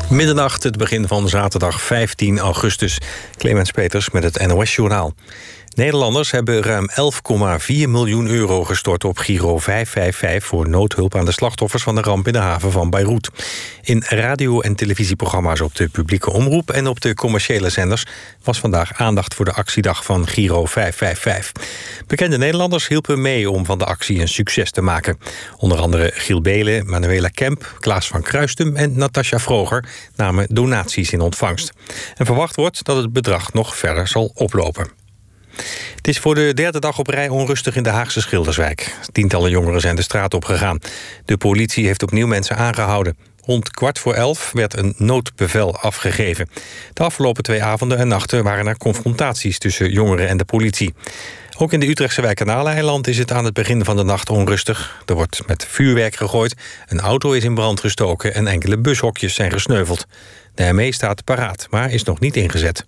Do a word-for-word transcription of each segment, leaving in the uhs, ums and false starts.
Middernacht, het begin van zaterdag vijftien augustus. Clemens Peters met het N O S-journaal. Nederlanders hebben ruim elf komma vier miljoen euro gestort op Giro vijf vijf vijf... voor noodhulp aan de slachtoffers van de ramp in de haven van Beirut. In radio- en televisieprogramma's op de publieke omroep en op de commerciële zenders was vandaag aandacht voor de actiedag van Giro vijf vijf vijf. Bekende Nederlanders hielpen mee om van de actie een succes te maken. Onder andere Giel Belen, Manuela Kemp, Klaas van Kruistum en Natasja Vroger namen donaties in ontvangst. En verwacht wordt dat het bedrag nog verder zal oplopen. Het is voor de derde dag op rij onrustig in de Haagse Schilderswijk. Tientallen jongeren zijn de straat opgegaan. De politie heeft opnieuw mensen aangehouden. Rond kwart voor elf werd een noodbevel afgegeven. De afgelopen twee avonden en nachten waren er confrontaties tussen jongeren en de politie. Ook in de Utrechtse wijk Kanaleiland is het aan het begin van de nacht onrustig. Er wordt met vuurwerk gegooid, een auto is in brand gestoken en enkele bushokjes zijn gesneuveld. De M E staat paraat, maar is nog niet ingezet.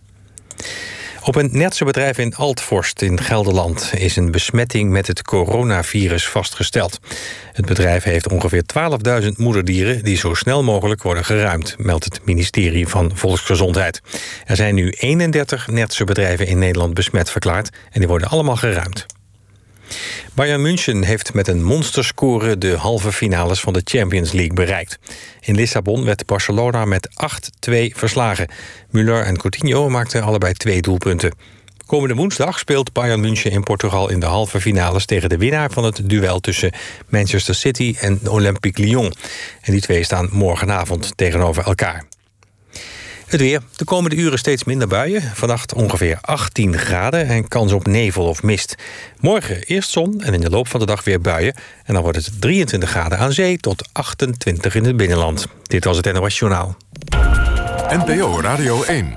Op een Nertse bedrijf in Altforst in Gelderland is een besmetting met het coronavirus vastgesteld. Het bedrijf heeft ongeveer twaalfduizend moederdieren die zo snel mogelijk worden geruimd, meldt het ministerie van Volksgezondheid. Er zijn nu eenendertig Nertse bedrijven in Nederland besmet verklaard en die worden allemaal geruimd. Bayern München heeft met een monsterscore de halve finales van de Champions League bereikt. In Lissabon werd Barcelona met acht twee verslagen. Müller en Coutinho maakten allebei twee doelpunten. Komende woensdag speelt Bayern München in Portugal in de halve finales tegen de winnaar van het duel tussen Manchester City en Olympique Lyon. En die twee staan morgenavond tegenover elkaar. Het weer. De komende uren steeds minder buien. Vannacht ongeveer achttien graden en kans op nevel of mist. Morgen eerst zon en in de loop van de dag weer buien. En dan wordt het drieëntwintig graden aan zee tot achtentwintig in het binnenland. Dit was het N O S Journaal. N P O Radio één.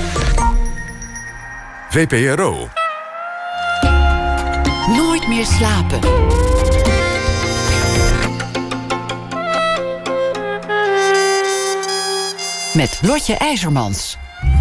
V P R O. Nooit meer slapen. Met Lotje IJzermans.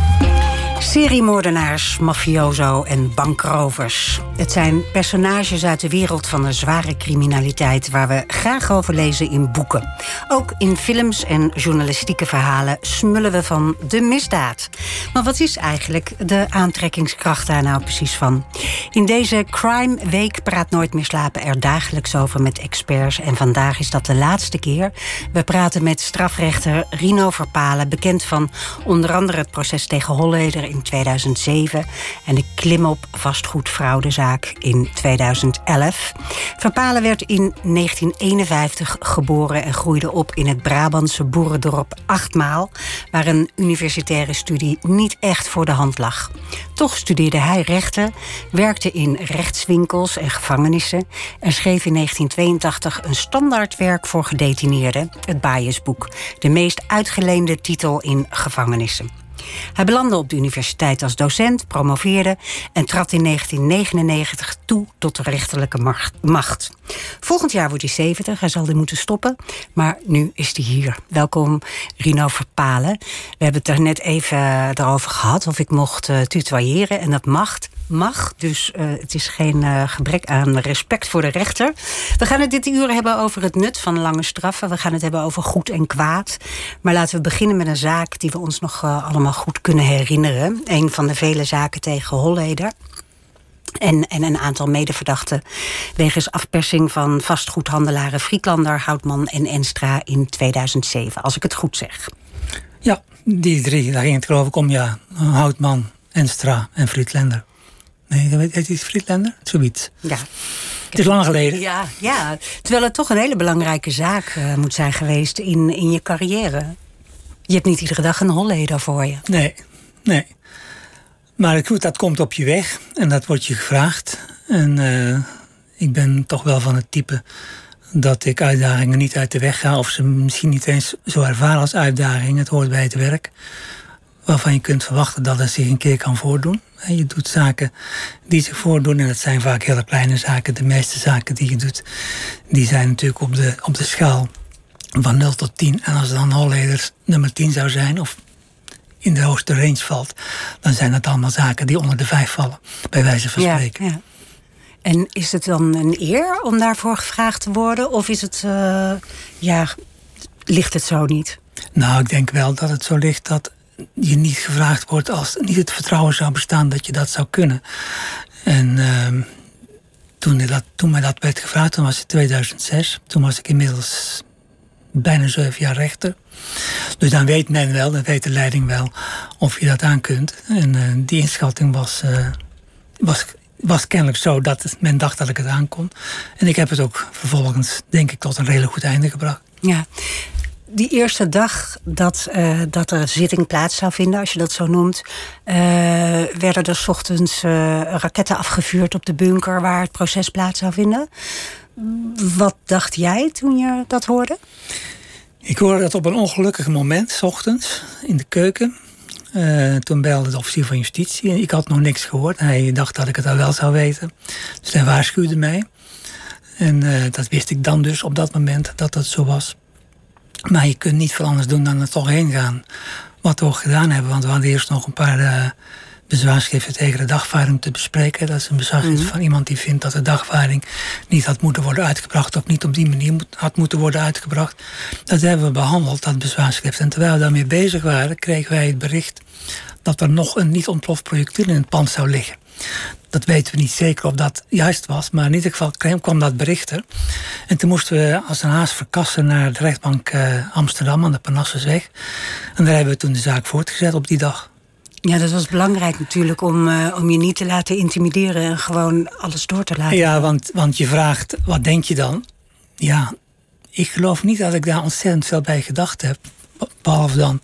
Seriemoordenaars, mafioso en bankrovers. Het zijn personages uit de wereld van de zware criminaliteit waar we graag over lezen in boeken. Ook in films en journalistieke verhalen smullen we van de misdaad. Maar wat is eigenlijk de aantrekkingskracht daar nou precies van? In deze Crime Week praat Nooit meer slapen er dagelijks over met experts. En vandaag is dat de laatste keer. We praten met strafrechter Rino Verpalen, bekend van onder andere het proces tegen Holleder in tweeduizend zeven en de klimop vastgoedfraudezaak in tweeduizend elf. Verpalen werd in negentien eenenvijftig geboren en groeide op in het Brabantse boerendorp Achtmaal, waar een universitaire studie niet echt voor de hand lag. Toch studeerde hij rechten, werkte in rechtswinkels en gevangenissen en schreef in negentien tweeëntachtig een standaardwerk voor gedetineerden, het Baiusboek, de meest uitgeleende titel in gevangenissen. Hij belandde op de universiteit als docent, promoveerde en trad in negentien negenennegentig toe tot de rechterlijke macht. Volgend jaar wordt hij zeventig, hij zal dit moeten stoppen, maar nu is hij hier. Welkom Rino Verpalen. We hebben het er net even erover gehad of ik mocht uh, tutoyeren en dat mag. Mag, dus uh, het is geen uh, gebrek aan respect voor de rechter. We gaan het dit uur hebben over het nut van lange straffen. We gaan het hebben over goed en kwaad. Maar laten we beginnen met een zaak die we ons nog uh, allemaal goed kunnen herinneren. Een van de vele zaken tegen Holleder. En, en een aantal medeverdachten wegens afpersing van vastgoedhandelaren Frieklander, Houtman en Enstra in tweeduizend zeven, als ik het goed zeg. Ja, die drie, daar ging het geloof ik om, ja. Houtman, Enstra en Friedlander. Nee, heet het Friedlander? Zoiets. Ja. Het is lang geleden. Ja, ja, terwijl het toch een hele belangrijke zaak uh, moet zijn geweest in, in je carrière. Je hebt niet iedere dag een Holleder voor je. Nee, nee. Maar goed, dat komt op je weg en dat wordt je gevraagd. En uh, ik ben toch wel van het type dat ik uitdagingen niet uit de weg ga, of ze misschien niet eens zo ervaren als uitdaging. Het hoort bij het werk, waarvan je kunt verwachten dat het zich een keer kan voordoen. Je doet zaken die zich voordoen en dat zijn vaak hele kleine zaken. De meeste zaken die je doet, die zijn natuurlijk op de, op de schaal van nul tot tien. En als dan Holleder nummer tien zou zijn, of in de hoogste range valt, dan zijn dat allemaal zaken die onder de vijf vallen, bij wijze van spreken. Ja, ja. En is het dan een eer om daarvoor gevraagd te worden? Of is het, uh, ja, ligt het zo niet? Nou, ik denk wel dat het zo ligt dat je niet gevraagd wordt als niet het vertrouwen zou bestaan dat je dat zou kunnen. En uh, toen, dat, toen mij dat werd gevraagd, toen was het tweeduizend zes. Toen was ik inmiddels bijna zeven jaar rechter. Dus dan weet men wel, dan weet de leiding wel of je dat aan kunt. En uh, die inschatting was, uh, was, was kennelijk zo dat men dacht dat ik het aankon. En ik heb het ook vervolgens, denk ik, tot een redelijk goed einde gebracht. Ja. Die eerste dag dat, uh, dat er zitting plaats zou vinden, als je dat zo noemt, uh, werden er 's ochtends uh, raketten afgevuurd op de bunker waar het proces plaats zou vinden. Wat dacht jij toen je dat hoorde? Ik hoorde dat op een ongelukkig moment, 's ochtends, in de keuken. Uh, toen belde de officier van justitie en ik had nog niks gehoord. Hij dacht dat ik het al wel zou weten. Dus hij waarschuwde mij. En uh, dat wist ik dan dus op dat moment dat dat zo was. Maar je kunt niet veel anders doen dan er toch heen gaan. Wat we ook gedaan hebben, want we hadden eerst nog een paar uh, bezwaarschriften tegen de dagvaarding te bespreken. Dat is een bezwaarschrift mm-hmm. van iemand die vindt dat de dagvaarding niet had moeten worden uitgebracht, of niet op die manier moet, had moeten worden uitgebracht. Dat hebben we behandeld, dat bezwaarschrift. En terwijl we daarmee bezig waren, kregen wij het bericht dat er nog een niet ontploft projectiel in het pand zou liggen. Dat weten we niet zeker of dat juist was, maar in ieder geval kwam dat bericht er. En toen moesten we als een haas verkassen naar de rechtbank uh, Amsterdam aan de Parnassusweg. En daar hebben we toen de zaak voortgezet op die dag. Ja, dat was belangrijk natuurlijk om, uh, om je niet te laten intimideren en gewoon alles door te laten. Ja, want, want je vraagt, wat denk je dan? Ja, ik geloof niet dat ik daar ontzettend veel bij gedacht heb. Behalve dan,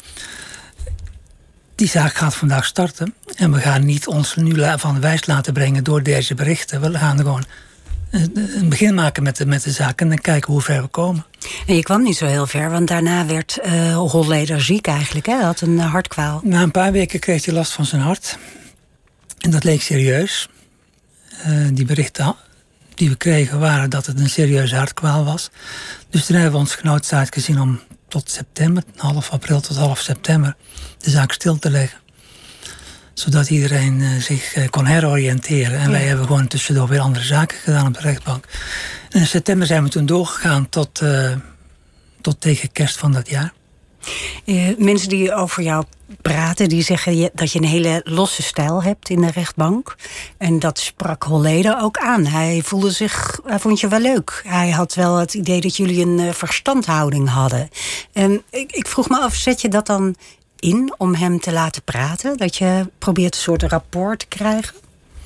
die zaak gaat vandaag starten. En we gaan niet ons nu van de wijs laten brengen door deze berichten. We gaan gewoon een begin maken met de, met de zaak en dan kijken hoe ver we komen. En je kwam niet zo heel ver, want daarna werd uh, Holleder ziek eigenlijk. Hè? Hij had een uh, hartkwaal. Na een paar weken kreeg hij last van zijn hart. En dat leek serieus. Uh, die berichten die we kregen waren dat het een serieuze hartkwaal was. Dus toen hebben we ons genoodzaakt gezien om tot september, half april tot half september, de zaak stil te leggen. Zodat iedereen uh, zich uh, kon heroriënteren. En ja. wij hebben gewoon tussendoor weer andere zaken gedaan op de rechtbank. En in september zijn we toen doorgegaan tot, uh, tot tegen kerst van dat jaar. Uh, mensen die over jou praten, die zeggen dat je een hele losse stijl hebt in de rechtbank. En dat sprak Holleder ook aan. Hij voelde zich, hij vond je wel leuk. Hij had wel het idee dat jullie een uh, verstandhouding hadden. En ik, ik vroeg me af, zet je dat dan in om hem te laten praten? Dat je probeert een soort rapport te krijgen?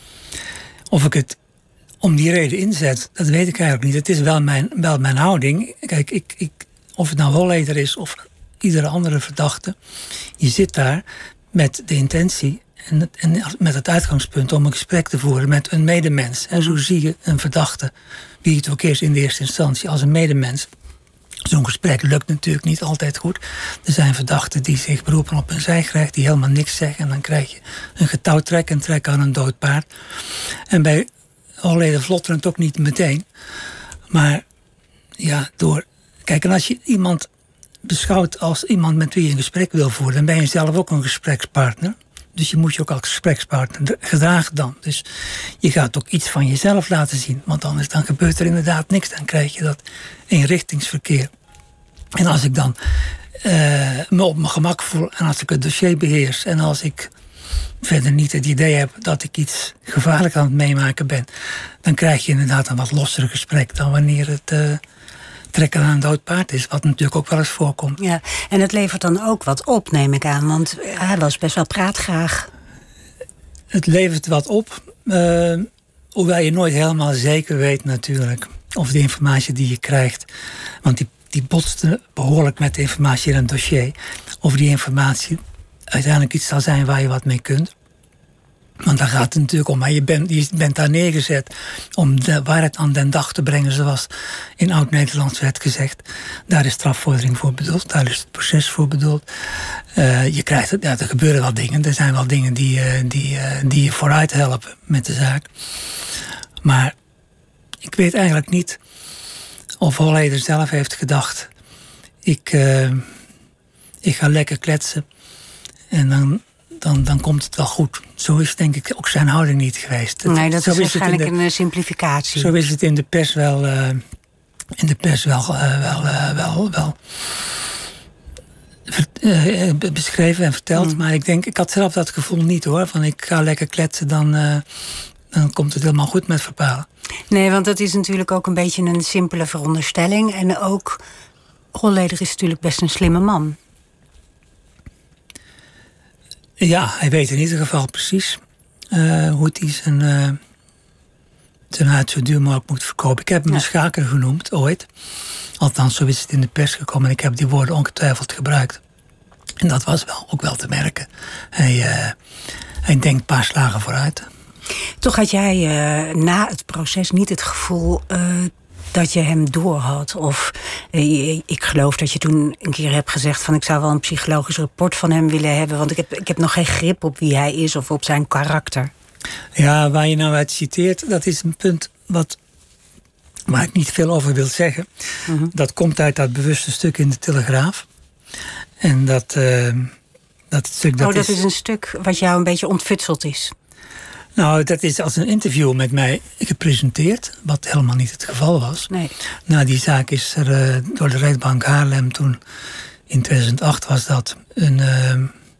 Of ik het om die reden inzet, dat weet ik eigenlijk niet. Het is wel mijn, wel mijn houding. Kijk, ik, ik, of het nou Holleder is of iedere andere verdachte, je zit daar met de intentie en, het, en met het uitgangspunt om een gesprek te voeren met een medemens. En zo zie je een verdachte, wie het ook is in de eerste instantie, als een medemens. Zo'n gesprek lukt natuurlijk niet altijd goed. Er zijn verdachten die zich beroepen op een zijgerecht, die helemaal niks zeggen. En dan krijg je een getouwtrek en trek aan een dood paard. En bij Holleder vlotte het ook niet meteen. Maar ja, door. Kijk, en als je iemand beschouwt als iemand met wie je een gesprek wil voeren, dan ben je zelf ook een gesprekspartner. Dus je moet je ook als gesprekspartner gedragen dan. Dus je gaat ook iets van jezelf laten zien. Want anders dan gebeurt er inderdaad niks. Dan krijg je dat eenrichtingsverkeer. En als ik dan uh, me op mijn gemak voel en als ik het dossier beheers en als ik verder niet het idee heb dat ik iets gevaarlijk aan het meemaken ben, dan krijg je inderdaad een wat losser gesprek dan wanneer het Uh, trekken aan een dood paard is, wat natuurlijk ook wel eens voorkomt. Ja, en het levert dan ook wat op, neem ik aan, want hij was best wel praatgraag. Het levert wat op, uh, hoewel je nooit helemaal zeker weet natuurlijk of de informatie die je krijgt, want die, die botste behoorlijk met de informatie in een dossier, of die informatie uiteindelijk iets zal zijn waar je wat mee kunt. Want daar gaat het natuurlijk om. Maar je bent, je bent daar neergezet om de waarheid aan den dag te brengen, zoals in Oud-Nederlands werd gezegd. Daar is strafvordering voor bedoeld. Daar is het proces voor bedoeld. Uh, je krijgt, ja, er gebeuren wel dingen. Er zijn wel dingen die, uh, die, uh, die je vooruit helpen met de zaak. Maar ik weet eigenlijk niet of Holleder zelf heeft gedacht, Ik, uh, ik ga lekker kletsen en dan Dan, dan komt het wel goed. Zo is denk ik ook zijn houding niet geweest. Nee, dat zo is waarschijnlijk de, een simplificatie. Zo is het in de pers wel, uh, in de pers wel, uh, wel, uh, wel, wel uh, beschreven en verteld. Mm. Maar ik denk, ik had zelf dat gevoel niet hoor. Van ik ga lekker kletsen, dan, uh, dan komt het helemaal goed met Verpalen. Nee, want dat is natuurlijk ook een beetje een simpele veronderstelling. En ook, Holleder is natuurlijk best een slimme man. Ja, hij weet in ieder geval precies uh, hoe hij zijn, uh, zijn huid zo duur mogelijk moet verkopen. Ik heb hem ja. een schaker genoemd, ooit. Althans, zo is het in de pers gekomen. En ik heb die woorden ongetwijfeld gebruikt. En dat was wel, ook wel te merken. Hij, uh, hij denkt een paar slagen vooruit. Toch had jij uh, na het proces niet het gevoel uh, dat je hem doorhad? Of uh, ik geloof dat je toen een keer hebt gezegd van ik zou wel een psychologisch rapport van hem willen hebben, want ik heb, ik heb nog geen grip op wie hij is of op zijn karakter. Ja, waar je nou uit citeert, dat is een punt wat, waar ik niet veel over wil zeggen. Mm-hmm. Dat komt uit dat bewuste stuk in de Telegraaf. En dat, uh, dat stuk... Dat oh, dat is, is een stuk wat jou een beetje ontfutseld is. Nou, dat is als een interview met mij gepresenteerd, wat helemaal niet het geval was. Nee. Na die zaak is er uh, door de rechtbank Haarlem toen, in tweeduizend acht was dat, een, uh,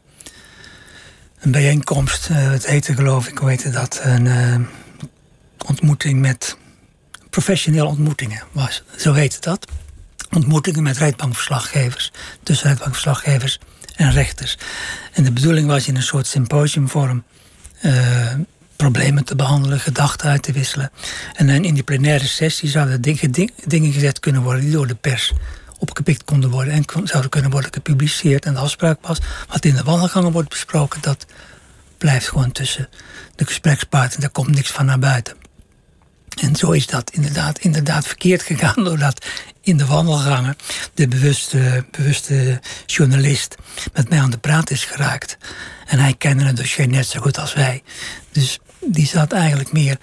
een bijeenkomst. Uh, het heette geloof ik, hoe heette dat? Een uh, ontmoeting met, professionele ontmoetingen was, zo heette dat. Ontmoetingen met rechtbankverslaggevers, tussen rechtbankverslaggevers en rechters. En de bedoeling was in een soort symposiumvorm Uh, problemen te behandelen, gedachten uit te wisselen. En in die plenaire sessie zouden dingen, dingen gezet kunnen worden die door de pers opgepikt konden worden en zouden kunnen worden gepubliceerd. En de afspraak was, wat in de wandelgangen wordt besproken, dat blijft gewoon tussen de gesprekspartners. Daar komt niks van naar buiten. En zo is dat inderdaad, inderdaad verkeerd gegaan, doordat in de wandelgangen de bewuste, bewuste journalist met mij aan de praat is geraakt. En hij kende het dossier net zo goed als wij. Dus die zat eigenlijk meer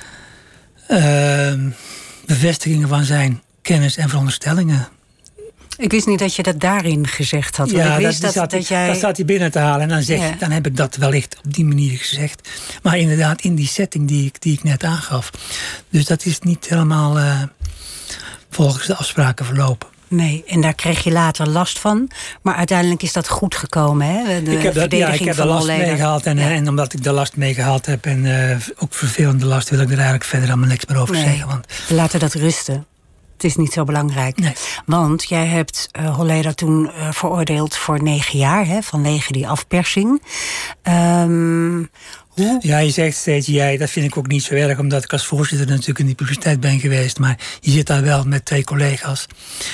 uh, bevestigingen van zijn kennis en veronderstellingen. Ik wist niet dat je dat daarin gezegd had. Ja, ik wist dat, dat, dat, dat jij... dat zat hij binnen te halen. En dan, zeg, ja. dan heb ik dat wellicht op die manier gezegd. Maar inderdaad in die setting die ik, die ik net aangaf. Dus dat is niet helemaal uh, volgens de afspraken verlopen. Nee, en daar kreeg je later last van. Maar uiteindelijk is dat goed gekomen, hè? De ik heb dat, ja, ik heb de last meegehaald. En, ja. en omdat ik de last meegehaald heb en uh, ook vervelende last, wil ik er eigenlijk verder allemaal niks meer over nee, zeggen. Want we laten dat rusten. Het is niet zo belangrijk. Nee. Want jij hebt uh, Holleder toen uh, veroordeeld voor negen jaar, hè, vanwege die afpersing. Um, hoe? Ja, je zegt steeds jij. Dat vind ik ook niet zo erg, omdat ik als voorzitter natuurlijk in die publiciteit ben geweest. Maar je zit daar wel met twee collega's.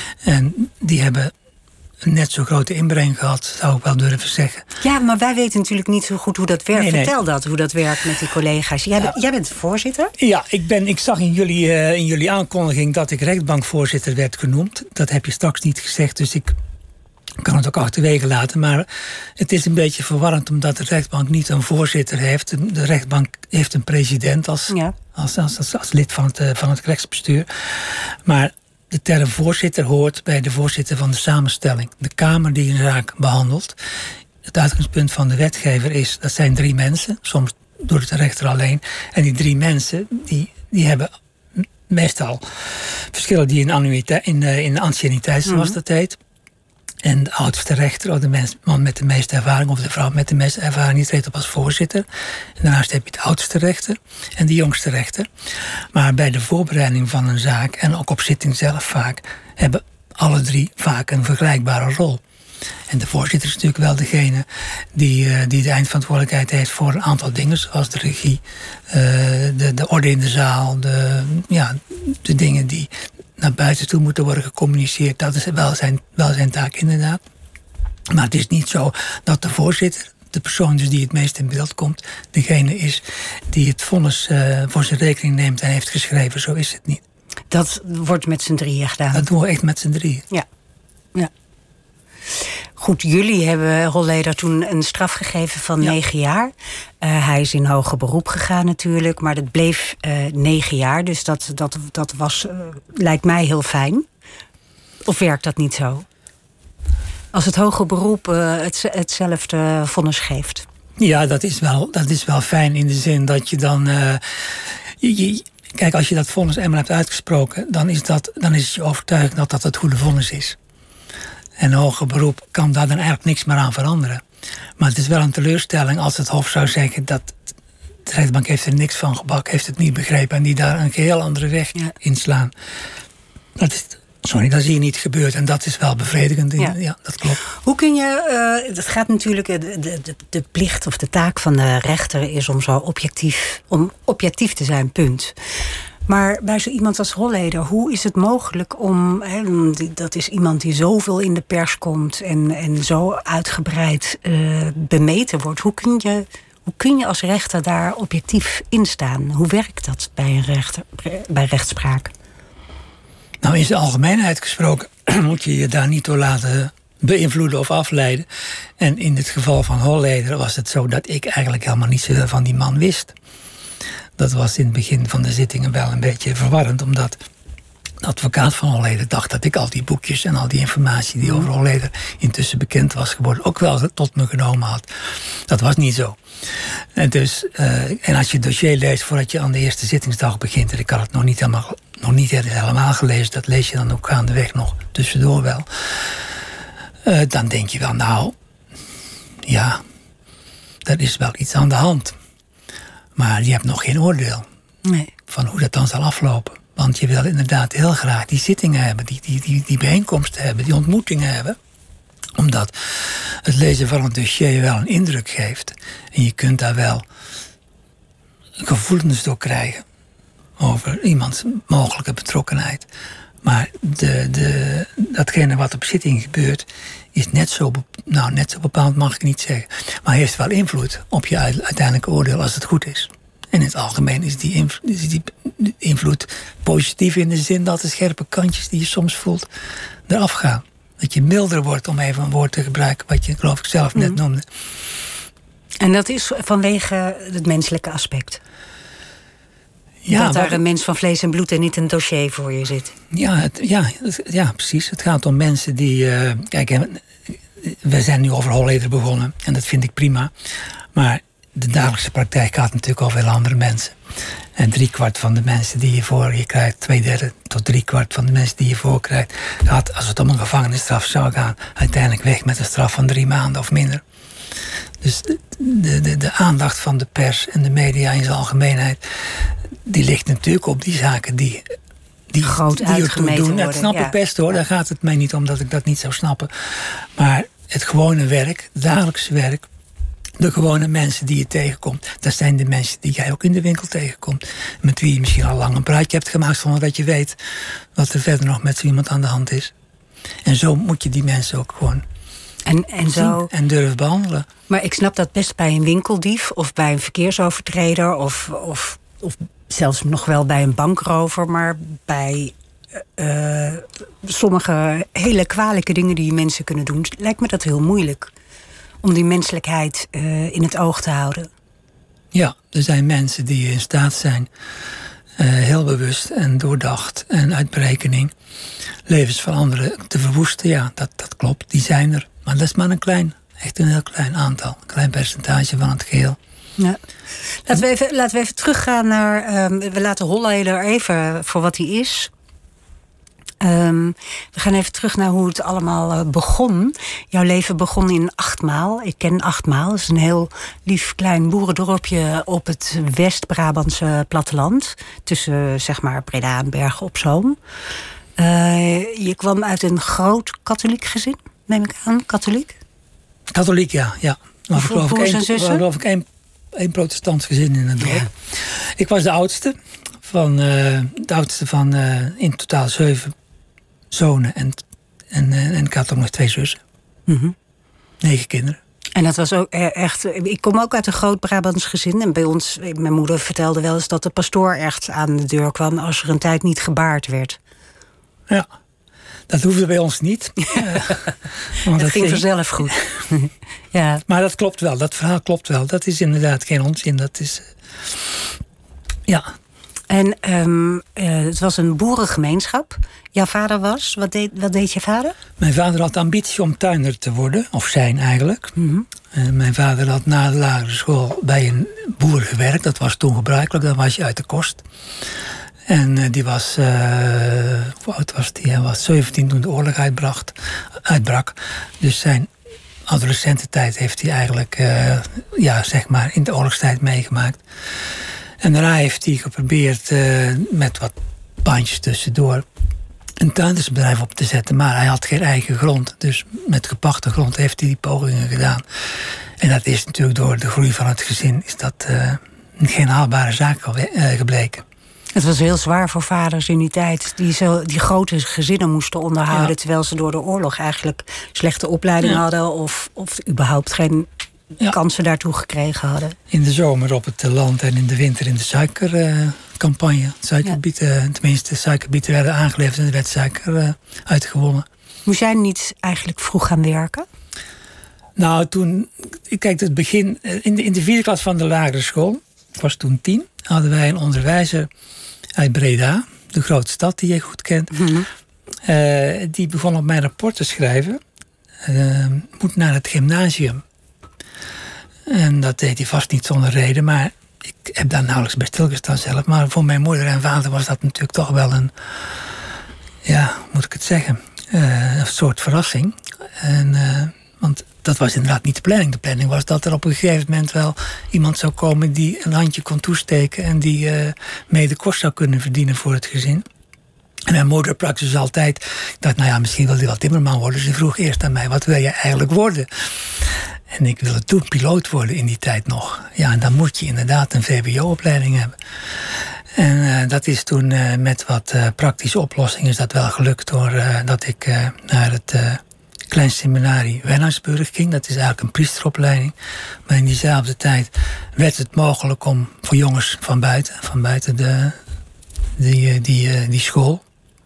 En die hebben een net zo grote inbreng gehad, zou ik wel durven zeggen. Ja, maar wij weten natuurlijk niet zo goed hoe dat werkt. Nee, nee. Vertel dat, hoe dat werkt met die collega's. Jij, ja. jij bent voorzitter? Ja, ik, ben, ik zag in jullie, uh, in jullie aankondiging dat ik rechtbankvoorzitter werd genoemd. Dat heb je straks niet gezegd, dus ik kan het ook achterwege laten. Maar het is een beetje verwarrend, omdat de rechtbank niet een voorzitter heeft. De rechtbank heeft een president als, ja. als, als, als, als lid van het, uh, van het rechtsbestuur. Maar de term voorzitter hoort bij de voorzitter van de samenstelling. De Kamer die een zaak behandelt. Het uitgangspunt van de wetgever is, dat zijn drie mensen. Soms door de rechter alleen. En die drie mensen, die, die hebben meestal verschillen die in, annuïteit, in, in anciëniteit, zoals mm-hmm. dat heet. En de oudste rechter, of de mens, man met de meeste ervaring, of de vrouw met de meeste ervaring, die treedt op als voorzitter. En daarnaast heb je de oudste rechter en de jongste rechter. Maar bij de voorbereiding van een zaak, en ook op zitting zelf vaak, hebben alle drie vaak een vergelijkbare rol. En de voorzitter is natuurlijk wel degene die, uh, die de eindverantwoordelijkheid heeft voor een aantal dingen, zoals de regie, uh, de, de orde in de zaal, de, ja, de dingen die naar buiten toe moeten worden gecommuniceerd. Dat is wel zijn, wel zijn taak inderdaad. Maar het is niet zo dat de voorzitter, de persoon dus die het meest in beeld komt, degene is die het vonnis uh, voor zijn rekening neemt en heeft geschreven. Zo is het niet. Dat wordt met z'n drieën gedaan? Dat doen we echt met z'n drieën. Ja. ja. Goed, jullie hebben Holleder toen een straf gegeven van ja. negen jaar. Uh, hij is in hoger beroep gegaan natuurlijk, maar dat bleef uh, negen jaar. Dus dat, dat, dat was, uh, lijkt mij heel fijn. Of werkt dat niet zo? Als het hoger beroep uh, het, hetzelfde vonnis geeft. Ja, dat is, wel, dat is wel fijn in de zin dat je dan Uh, je, je, kijk, als je dat vonnis eenmaal hebt uitgesproken, dan is, dat, dan is het je overtuiging dat dat het goede vonnis is. En hoger beroep kan daar dan eigenlijk niks meer aan veranderen. Maar het is wel een teleurstelling als het Hof zou zeggen dat de rechtbank heeft er niks van gebakken, heeft het niet begrepen en die daar een heel andere weg Ja. inslaan. Dat is, sorry, dat is hier niet gebeurd en dat is wel bevredigend. Ja. Ja, dat klopt. Hoe kun je, uh, het gaat natuurlijk, de, de, de, de plicht of de taak van de rechter is om zo objectief, om objectief te zijn, punt. Maar bij zo iemand als Holleder, hoe is het mogelijk om, hè, dat is iemand die zoveel in de pers komt en, en zo uitgebreid uh, bemeten wordt. Hoe kun je, hoe kun je als rechter daar objectief in staan? Hoe werkt dat bij een rechter, bij rechtspraak? Nou, in zijn algemeenheid gesproken moet je je daar niet door laten beïnvloeden of afleiden. En in het geval van Holleder was het zo dat ik eigenlijk helemaal niet zoveel van die man wist. Dat was in het begin van de zittingen wel een beetje verwarrend, omdat de advocaat van Holleder dacht dat ik al die boekjes en al die informatie die over Holleder intussen bekend was geworden, ook wel tot me genomen had. Dat was niet zo. En, dus, uh, en als je het dossier leest voordat je aan de eerste zittingsdag begint, en ik had het nog niet helemaal, nog niet helemaal gelezen, dat lees je dan ook gaandeweg nog tussendoor wel. Uh, dan denk je wel, nou, ja, er is wel iets aan de hand. Maar je hebt nog geen oordeel Nee. van hoe dat dan zal aflopen. Want je wil inderdaad heel graag die zittingen hebben, die, die, die, die bijeenkomsten hebben, die ontmoetingen hebben. Omdat het lezen van een dossier wel een indruk geeft. En je kunt daar wel gevoelens door krijgen over iemands mogelijke betrokkenheid. Maar de, de, datgene wat op zitting gebeurt is net zo, nou, net zo bepaald, mag ik niet zeggen. Maar heeft wel invloed op je uiteindelijke oordeel als het goed is. En in het algemeen is die invloed, is die invloed positief in de zin dat de scherpe kantjes die je soms voelt eraf gaan. Dat je milder wordt, om even een woord te gebruiken wat je, geloof ik, zelf net noemde. En dat is vanwege het menselijke aspect. Ja, dat daar wat, een mens van vlees en bloed en niet een dossier voor je zit. Ja, het, ja, het, ja precies. Het gaat om mensen die... Uh, kijk, we zijn nu over Holleder begonnen en dat vind ik prima. Maar de dagelijkse praktijk gaat natuurlijk over heel andere mensen. En driekwart van de mensen die je voor je krijgt, twee derde tot driekwart van de mensen die je voor krijgt, gaat, als het om een gevangenisstraf zou gaan, uiteindelijk weg met een straf van drie maanden of minder. Dus de, de, de, de aandacht van de pers en de media in zijn algemeenheid, die ligt natuurlijk op die zaken die, die, groot die uitgemeten doen. worden. Dat snap ja. ik best hoor, daar gaat het mij niet om dat ik dat niet zou snappen. Maar het gewone werk, het dagelijkse werk, de gewone mensen die je tegenkomt, dat zijn de mensen die jij ook in de winkel tegenkomt. Met wie je misschien al lang een praatje hebt gemaakt zonder dat je weet wat er verder nog met zo iemand aan de hand is. En zo moet je die mensen ook gewoon en, en zo en durven behandelen. Maar ik snap dat best bij een winkeldief of bij een verkeersovertreder of, of, of zelfs nog wel bij een bankrover, maar bij uh, sommige hele kwalijke dingen die mensen kunnen doen, lijkt me dat heel moeilijk om die menselijkheid uh, in het oog te houden. Ja, er zijn mensen die in staat zijn uh, heel bewust en doordacht en uit berekening levens van anderen te verwoesten. Ja, dat, dat klopt, die zijn er. Maar dat is maar een klein, echt een heel klein aantal. Een klein percentage van het geheel. Ja. Laten, we even, laten we even teruggaan naar... Um, we laten Holleder even voor wat hij is. Um, we gaan even terug naar hoe het allemaal uh, begon. Jouw leven begon in Achtmaal. Ik ken Achtmaal. Dat is een heel lief klein boerendorpje op het West-Brabantse platteland. Tussen, zeg maar, Breda en Bergen op Zoom. Uh, je kwam uit een groot katholiek gezin, neem ik aan. Katholiek? Katholiek, ja. ja. Maar geloof broers ik en zussen? geloof ik één, één protestants gezin in het dorp. Ja. Ik was de oudste van, uh, de oudste van uh, in totaal zeven zonen. En, en, uh, en ik had ook nog twee zussen. Mm-hmm. Negen kinderen. En dat was ook echt... Ik kom ook uit een groot Brabants gezin. En bij ons, mijn moeder vertelde wel eens dat de pastoor echt aan de deur kwam als er een tijd niet gebaard werd. Ja, dat hoefde bij ons niet. uh, het ging, ging vanzelf goed. Ja. Maar dat klopt wel, dat verhaal klopt wel. Dat is inderdaad geen onzin. Dat is... Uh, ja. En um, uh, het was een boerengemeenschap. Jouw vader was? Wat deed, wat deed je vader? Mijn vader had de ambitie om tuinder te worden. Of zijn eigenlijk. Mm-hmm. Uh, mijn vader had na de lagere school bij een boer gewerkt. Dat was toen gebruikelijk. Dan was je uit de kost. En uh, die was, uh, hoe oud was die? Hij was zeventien toen de oorlog uitbracht, uitbrak. Dus zijn adolescententijd heeft hij eigenlijk, uh, ja, zeg maar, in de oorlogstijd meegemaakt. En daarna heeft hij geprobeerd uh, met wat bandjes tussendoor een tuindersbedrijf op te zetten. Maar hij had geen eigen grond. Dus met gepachte grond heeft hij die pogingen gedaan. En dat is natuurlijk door de groei van het gezin is dat uh, geen haalbare zaak gebleken. Het was heel zwaar voor vaders in die tijd die zo die grote gezinnen moesten onderhouden, ja. terwijl ze door de oorlog eigenlijk slechte opleiding ja. hadden of, of überhaupt geen ja. kansen daartoe gekregen hadden. In de zomer op het land en in de winter in de suikercampagne. Uh, suikerbieten, ja. tenminste, suikerbieten werden aangeleverd en er werd suiker uh, uitgewonnen. Moest jij niet eigenlijk vroeg gaan werken? Nou, toen, kijk, het begin, in de, in de vierde klas van de lagere school, ik was toen tien, hadden wij een onderwijzer uit Breda, de grote stad die je goed kent. Mm-hmm. Uh, die begon op mijn rapport te schrijven. Uh, moet naar het gymnasium. En dat deed hij vast niet zonder reden, maar ik heb daar nauwelijks bij stilgestaan zelf. Maar voor mijn moeder en vader was dat natuurlijk toch wel een, ja, hoe moet ik het zeggen, uh, een soort verrassing. En, uh, want dat was inderdaad niet de planning. De planning was dat er op een gegeven moment wel iemand zou komen die een handje kon toesteken en die uh, mede kost zou kunnen verdienen voor het gezin. En mijn moeder sprak dus altijd. Ik dacht, nou ja, misschien wil hij wel timmerman worden. Ze vroeg eerst aan mij, wat wil je eigenlijk worden? En ik wilde toen piloot worden in die tijd nog. Ja, en dan moet je inderdaad een V B O-opleiding hebben. En uh, dat is toen uh, met wat uh, praktische oplossingen is dat wel gelukt door uh, dat ik uh, naar het uh, klein seminarie Wennersburg ging. Dat is eigenlijk een priesteropleiding. Maar in diezelfde tijd werd het mogelijk om voor jongens van buiten, van buiten de, die, die, uh, die school,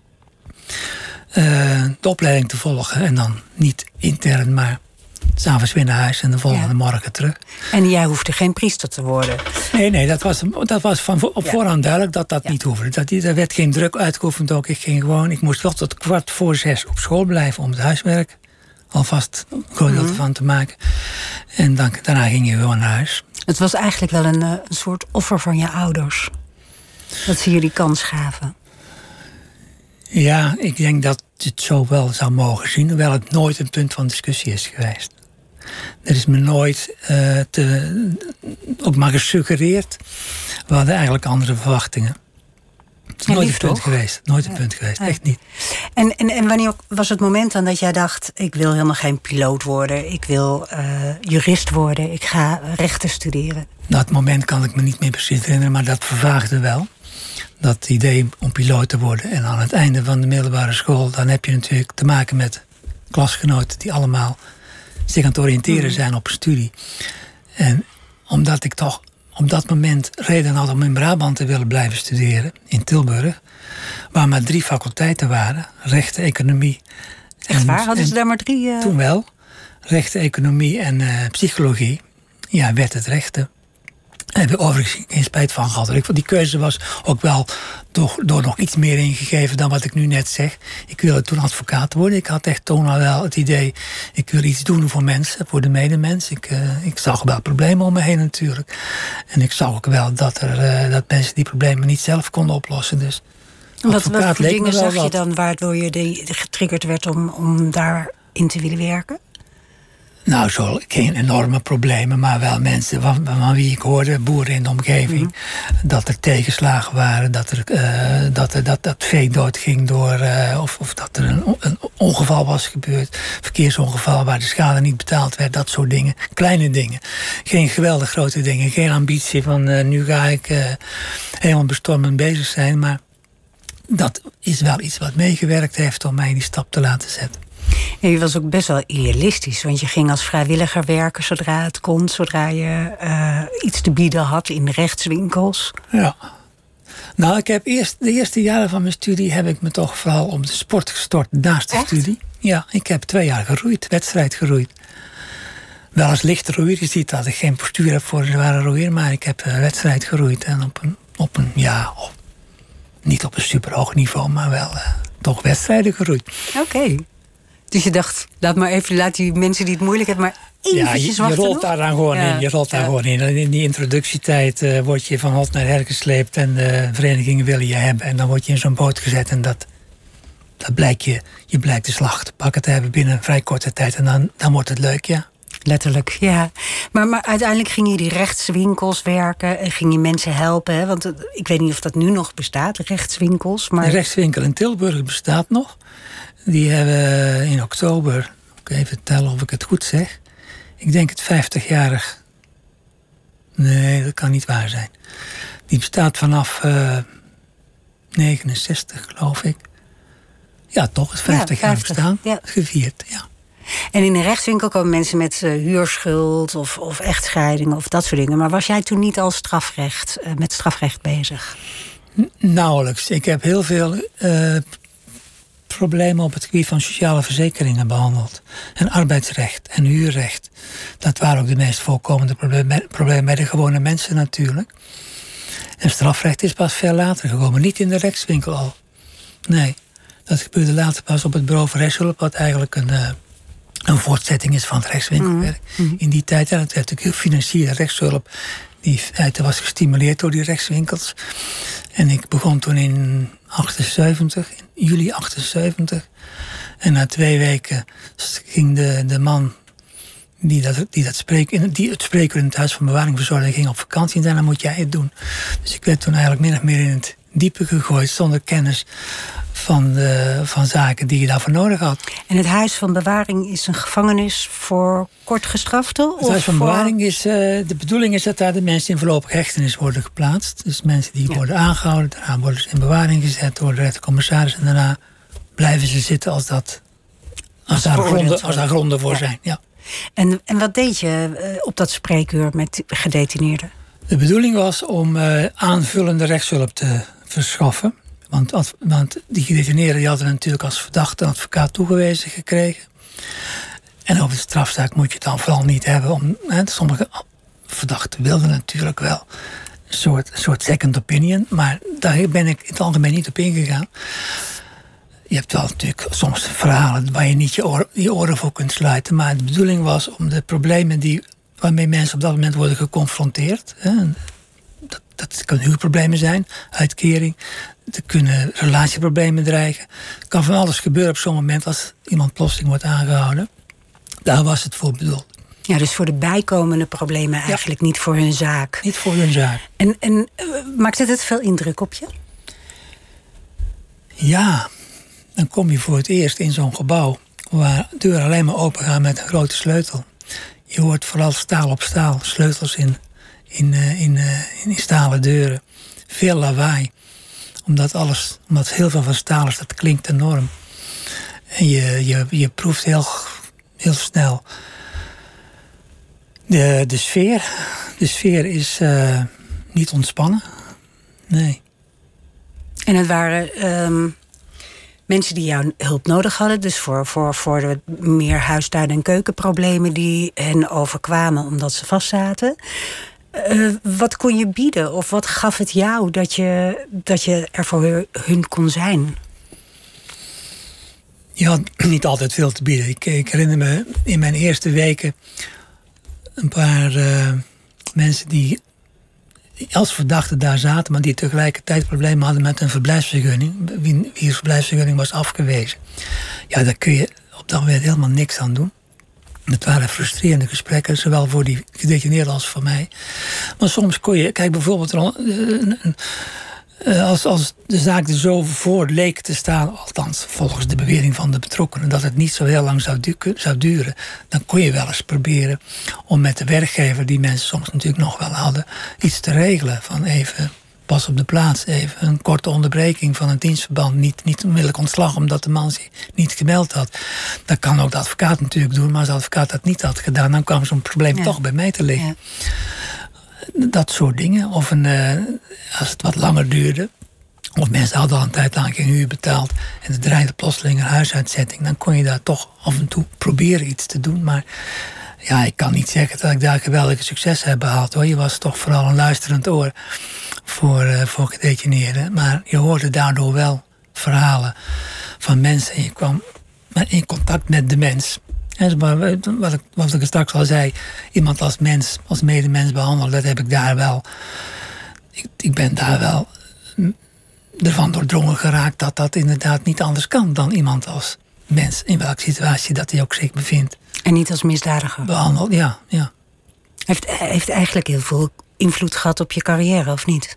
Uh, de opleiding te volgen. En dan niet intern, maar 's avonds weer naar huis en de volgende ja. morgen terug. En jij hoefde geen priester te worden? Nee, nee, dat was, dat was van op ja. voorhand duidelijk dat dat ja. niet hoefde. Dat, er werd geen druk uitgeoefend ook. Ik ging gewoon, ik moest wel tot kwart voor zes op school blijven om het huiswerk alvast een groot deel mm-hmm. van te maken. En dan, daarna ging je gewoon naar huis. Het was eigenlijk wel een, een soort offer van je ouders. Dat ze je die kans gaven. Ja, ik denk dat je het zo wel zou mogen zien, hoewel het nooit een punt van discussie is geweest. Er is me nooit uh, te, ook maar gesuggereerd. We hadden eigenlijk andere verwachtingen. Het is nooit een punt geweest. Nooit een ja. punt geweest, ja. echt niet. En, en, en wanneer was het moment dan dat jij dacht, ik wil helemaal geen piloot worden, ik wil uh, jurist worden, ik ga rechten studeren? Dat moment kan ik me niet meer precies herinneren, maar dat vervaagde wel. Dat idee om piloot te worden. En aan het einde van de middelbare school, dan heb je natuurlijk te maken met klasgenoten die allemaal zich aan het oriënteren zijn op een studie. En omdat ik toch op dat moment reden had om in Brabant te willen blijven studeren, in Tilburg, waar maar drie faculteiten waren, rechten, economie. Echt en, waar? Hadden ze en, daar maar drie? Uh... Toen wel. Rechten, economie en uh, psychologie. Ja, werd het rechten. Daar heb ik overigens geen spijt van gehad. Ik vond die keuze was ook wel door, door nog iets meer ingegeven dan wat ik nu net zeg. Ik wilde toen advocaat worden. Ik had echt toen al wel het idee, ik wil iets doen voor mensen, voor de medemens. Ik, uh, ik zag wel problemen om me heen natuurlijk. En ik zag ook wel dat, er, uh, dat mensen die problemen niet zelf konden oplossen. Dus wat, wat voor dingen zag je dan waardoor je de, de getriggerd werd om, om daarin te willen werken? Nou, zo, geen enorme problemen, maar wel mensen van, van wie ik hoorde, boeren in de omgeving, mm-hmm. dat er tegenslagen waren, dat er, uh, dat, er dat, dat vee doodging door, uh, of, of dat er een, een ongeval was gebeurd, verkeersongeval waar de schade niet betaald werd, dat soort dingen. Kleine dingen. Geen geweldig grote dingen, geen ambitie van uh, nu ga ik uh, helemaal bestormend bezig zijn, maar dat is wel iets wat meegewerkt heeft om mij die stap te laten zetten. Ja, je was ook best wel idealistisch, want je ging als vrijwilliger werken zodra het kon, zodra je uh, iets te bieden had in rechtswinkels. Ja. Nou, ik heb eerst de eerste jaren van mijn studie heb ik me toch vooral om de sport gestort naast de Echt? studie. Ja, ik heb twee jaar geroeid, wedstrijd geroeid. Wel als lichte roeier, je ziet dat ik geen postuur heb voor een zware roeier, maar ik heb uh, wedstrijd geroeid en op een, op een ja, op, niet op een superhoog niveau, maar wel uh, toch wedstrijden geroeid. Oké. Okay. Dus je dacht, laat maar even, laat die mensen die het moeilijk hebben maar eventjes ja, je, je rolt daar dan gewoon ja. in. Je rolt daar ja. gewoon in. En in die introductietijd uh, word je van hot naar her gesleept en de verenigingen willen je hebben. En dan word je in zo'n boot gezet en dat, dat blijkt je, je blijkt de slag te pakken te hebben binnen een vrij korte tijd. En dan, dan wordt het leuk, ja. Letterlijk, ja. Maar, maar uiteindelijk ging je die rechtswinkels werken en ging je mensen helpen. Hè? Want ik weet niet of dat nu nog bestaat, rechtswinkels. Maar... De rechtswinkel in Tilburg bestaat nog. Die hebben in oktober, ik even tellen of ik het goed zeg. Ik denk het vijftigjarig. Nee, dat kan niet waar zijn. Die bestaat vanaf uh, negenenzestig, geloof ik. Ja, toch, het vijftig jaar bestaan. Ja. Gevierd, ja. En in een rechtswinkel komen mensen met uh, huurschuld of, of echtscheidingen of dat soort dingen. Maar was jij toen niet al strafrecht, uh, met strafrecht bezig? N- nauwelijks. Ik heb heel veel uh, problemen op het gebied van sociale verzekeringen behandeld. En arbeidsrecht en huurrecht. Dat waren ook de meest voorkomende problemen, problemen bij de gewone mensen natuurlijk. En strafrecht is pas veel later gekomen. Niet in de rechtswinkel al. Nee, dat gebeurde later pas op het bureau voor rechtshulp, wat eigenlijk een... Uh, een voortzetting is van het rechtswinkelwerk. Mm-hmm. In die tijd, en het werd natuurlijk gefinancierde rechtshulp, die feite was gestimuleerd door die rechtswinkels. En ik begon toen in achtenzeventig, in juli achtenzeventig. En na twee weken ging de, de man die, dat, die, dat spreek, die het spreekuur in het Huis van Bewaring verzorgde, ging op vakantie en daarna moet jij het doen. Dus ik werd toen eigenlijk min of meer in het diepe gegooid zonder kennis van, de, van zaken die je daarvoor nodig had. En het Huis van Bewaring is een gevangenis voor kortgestraften? Het Huis van voor... Bewaring is... Uh, de bedoeling is dat daar de mensen in voorlopige hechtenis worden geplaatst. Dus mensen die ja. worden aangehouden, daarna worden ze in bewaring gezet door de rechtercommissaris en daarna blijven ze zitten als, dat, als, daar, gronden, als daar gronden voor ja. zijn. Ja. En, en wat deed je uh, op dat spreekuur met gedetineerden? De bedoeling was om uh, aanvullende rechtshulp te verschaffen. Want, want die gedetineerden die hadden natuurlijk als verdachte een advocaat toegewezen gekregen. En over de strafzaak moet je het dan vooral niet hebben. Om, hè, sommige verdachten wilden natuurlijk wel een soort, een soort second opinion. Maar daar ben ik in het algemeen niet op ingegaan. Je hebt wel natuurlijk soms verhalen waar je niet je, oor, je oren voor kunt sluiten. Maar de bedoeling was om de problemen die, waarmee mensen op dat moment worden geconfronteerd. Hè, dat, dat kunnen huurproblemen zijn, uitkering. Er kunnen relatieproblemen dreigen. Het kan van alles gebeuren op zo'n moment als iemand plotseling wordt aangehouden. Daar was het voor bedoeld. Ja, dus voor de bijkomende problemen eigenlijk, ja. niet voor hun zaak. Niet voor hun zaak. En, en uh, maakt het het veel indruk op je? Ja, dan kom je voor het eerst in zo'n gebouw waar deuren alleen maar open gaan met een grote sleutel. Je hoort vooral staal op staal, sleutels in, in, uh, in, uh, in stalen deuren. Veel lawaai. Omdat alles, omdat heel veel van staal is, dat klinkt enorm. En je, je, je proeft heel, heel snel. De, de sfeer. De sfeer is uh, niet ontspannen. Nee. En het waren um, mensen die jouw hulp nodig hadden. Dus voor, voor, voor de meer huistuin- en keukenproblemen die hen overkwamen omdat ze vastzaten. Uh, wat kon je bieden? Of wat gaf het jou dat je, dat je er voor hun kon zijn? Je had niet altijd veel te bieden. Ik, ik herinner me in mijn eerste weken een paar uh, mensen die als verdachten daar zaten, maar die tegelijkertijd problemen hadden met een verblijfsvergunning. Wie, wie verblijfsvergunning was afgewezen. Ja, daar kun je op dat moment helemaal niks aan doen. Het waren frustrerende gesprekken, zowel voor die gedetineerden als voor mij. Maar soms kon je, kijk bijvoorbeeld, als, als de zaak er zo voor leek te staan, althans volgens de bewering van de betrokkenen, dat het niet zo heel lang zou, du- zou duren, dan kon je wel eens proberen om met de werkgever, die mensen soms natuurlijk nog wel hadden, iets te regelen. Van even pas op de plaats, even een korte onderbreking van een dienstverband. Niet, niet onmiddellijk ontslag omdat de man zich niet gemeld had. Dat kan ook de advocaat natuurlijk doen, maar als de advocaat dat niet had gedaan, dan kwam zo'n probleem ja. toch bij mij te liggen. Ja. Dat soort dingen. Of een, uh, als het wat langer duurde, of mensen hadden al een tijd lang geen huur betaald en er dreigde plotseling een huisuitzetting, dan kon je daar toch af en toe proberen iets te doen. Maar ja, ik kan niet zeggen dat ik daar geweldige succes heb behaald, hoor. Je was toch vooral een luisterend oor voor, uh, voor gedetineerden. Maar je hoorde daardoor wel verhalen van mensen. En je kwam in contact met de mens. En wat ik, wat ik straks al zei, iemand als mens, als medemens behandelen, dat heb ik daar wel. Ik, ik ben daar wel ervan doordrongen geraakt dat dat inderdaad niet anders kan dan iemand als mens, in welke situatie dat hij ook zich bevindt. En niet als misdadiger. Behandeld, ja, ja. Heeft, heeft eigenlijk heel veel invloed gehad op je carrière, of niet?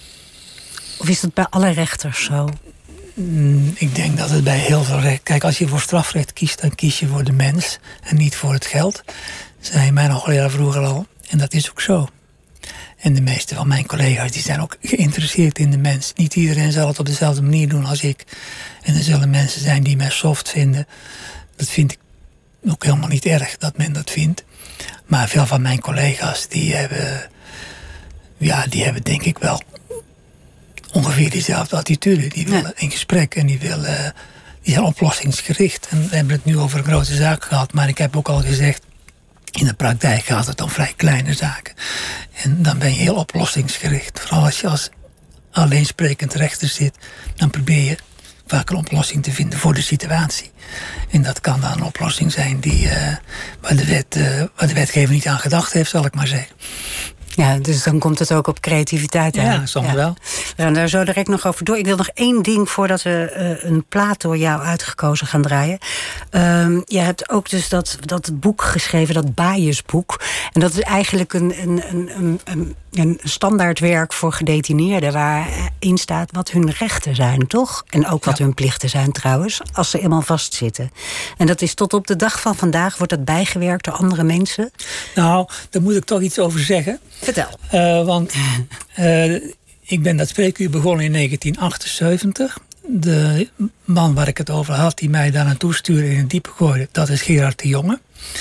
Of is dat bij alle rechters zo? Mm, ik denk dat het bij heel veel recht... Kijk, als je voor strafrecht kiest, dan kies je voor de mens en niet voor het geld. Zei mijn hoogleraar vroeger al. En dat is ook zo. En de meeste van mijn collega's die zijn ook geïnteresseerd in de mens. Niet iedereen zal het op dezelfde manier doen als ik. En er zullen mensen zijn die mij soft vinden. Dat vind ik ook helemaal niet erg dat men dat vindt. Maar veel van mijn collega's die hebben... Ja, die hebben denk ik wel ongeveer diezelfde attitude. Die willen in gesprek en die willen... Die zijn oplossingsgericht. En we hebben het nu over een grote zaak gehad. Maar ik heb ook al gezegd... In de praktijk gaat het om vrij kleine zaken. En dan ben je heel oplossingsgericht. Vooral als je als alleensprekend rechter zit... dan probeer je vaak een oplossing te vinden voor de situatie. En dat kan dan een oplossing zijn die, uh, waar, de wet, uh, waar de wetgever niet aan gedacht heeft, zal ik maar zeggen. Ja, dus dan komt het ook op creativiteit aan. Ja, soms ja. wel. We gaan daar zo direct nog over door. Ik wil nog één ding voordat we uh, een plaat door jou uitgekozen gaan draaien. Uh, je hebt ook dus dat, dat boek geschreven, dat Biasboek. En dat is eigenlijk een, een, een, een, een standaardwerk voor gedetineerden... waarin staat wat hun rechten zijn, toch? En ook wat ja. hun plichten zijn trouwens, als ze eenmaal vastzitten. En dat is tot op de dag van vandaag, wordt dat bijgewerkt door andere mensen? Nou, daar moet ik toch iets over zeggen. Vertel. Uh, want uh, ik ben dat spreekuur begonnen in negentien achtenzeventig. De man waar ik het over had, die mij daar naartoe stuurde in het diepe gooide... dat is Gerard de Jonge.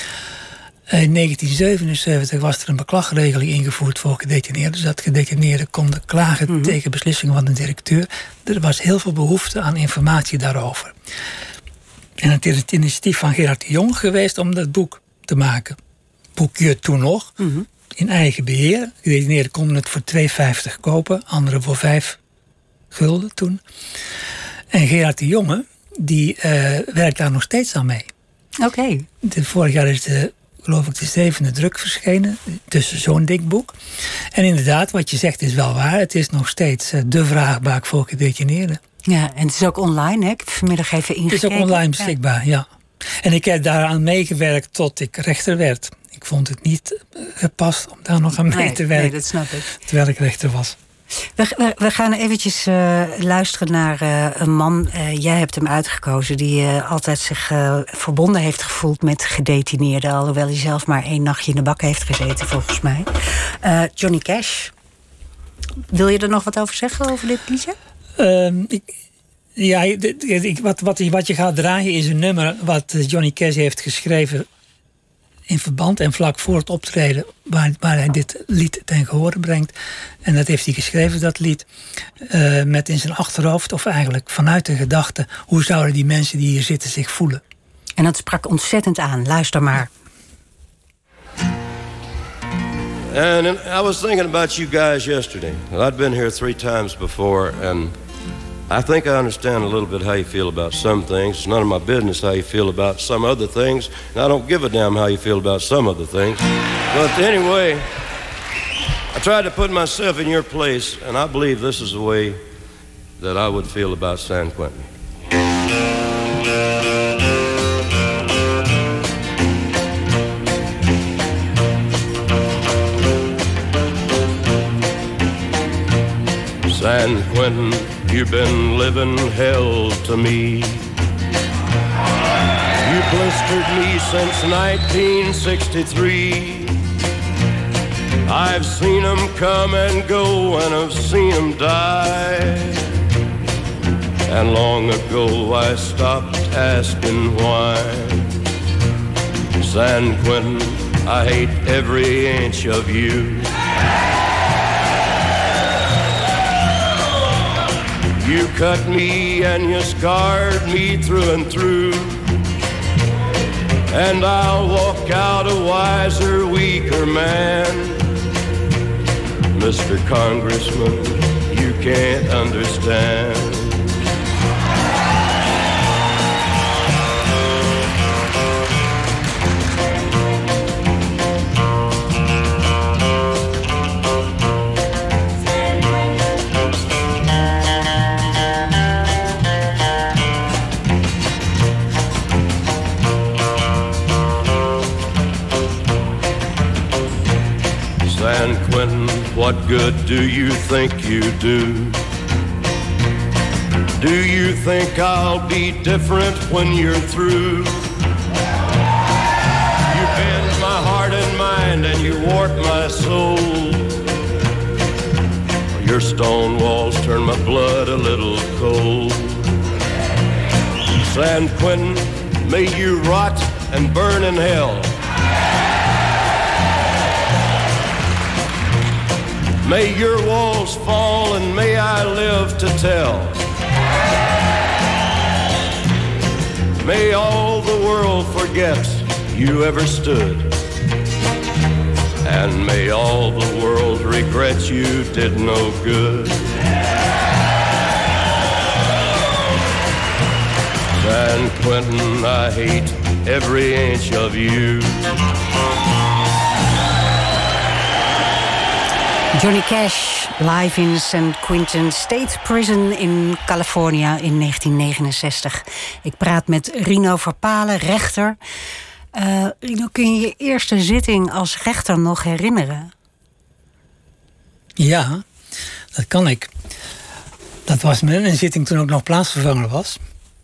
In negentien zevenenzeventig was er een beklagregeling ingevoerd voor gedetineerden. Dus dat gedetineerden konden klagen mm-hmm. tegen beslissingen van de directeur. Er was heel veel behoefte aan informatie daarover. En het is het initiatief van Gerard de Jonge geweest om dat boek te maken. Boekje toen nog. Mm-hmm. In eigen beheer. Gedetineerden konden het voor twee vijftig kopen. Anderen voor vijf gulden toen. En Gerard de Jonge, die uh, werkt daar nog steeds aan mee. Oké. Okay. Vorig jaar is de, geloof ik, de zevende druk verschenen. Tussen zo'n dik boek. En inderdaad, wat je zegt is wel waar. Het is nog steeds uh, de vraagbaak voor gedetineerden. Ja, en het is ook online, hè? Ik heb vanmiddag even ingekeken. Het is ook online beschikbaar, ja. ja. En ik heb daaraan meegewerkt tot ik rechter werd. Ik vond het niet gepast om daar nog aan mee nee, te werken. Nee, dat snap ik. Terwijl ik rechter was. We, we, we gaan eventjes uh, luisteren naar uh, een man. Uh, jij hebt hem uitgekozen. Die uh, altijd zich uh, verbonden heeft gevoeld met gedetineerden. Alhoewel hij zelf maar één nachtje in de bak heeft gezeten, volgens mij. Uh, Johnny Cash. Wil je er nog wat over zeggen, over dit liedje? Uh, ik, ja, ik, wat, wat, wat je gaat draaien is een nummer wat Johnny Cash heeft geschreven... in verband en vlak voor het optreden... waar, waar hij dit lied ten gehore brengt. En dat heeft hij geschreven, dat lied... Uh, met in zijn achterhoofd, of eigenlijk vanuit de gedachte... hoe zouden die mensen die hier zitten zich voelen. En dat sprak ontzettend aan. Luister maar. And I was thinking about you guys yesterday. I'd been here three times before... and I think I understand a little bit how you feel about some things. It's none of my business how you feel about some other things. And I don't give a damn how you feel about some other things. But anyway, I tried to put myself in your place, and I believe this is the way that I would feel about San Quentin. San Quentin, you've been living hell to me. You blistered me since nineteen sixty-three. I've seen them come and go, and I've seen them die. And long ago I stopped asking why. San Quentin, I hate every inch of you. You cut me and you scarred me through and through. And I'll walk out a wiser, weaker man. Mister Congressman, you can't understand. San Quentin, what good do you think you do? Do you think I'll be different when you're through? You bend my heart and mind and you warp my soul. Your stone walls turn my blood a little cold. San Quentin, may you rot and burn in hell. May your walls fall and may I live to tell. May all the world forget you ever stood. And may all the world regret you did no good. San Quentin, I hate every inch of you. Johnny Cash, live in San Quentin State Prison in Californië in negentien negenenzestig. Ik praat met Rino Verpalen, rechter. Uh, Rino, kun je je eerste zitting als rechter nog herinneren? Ja, dat kan ik. Dat was een zitting toen ik nog plaatsvervanger was.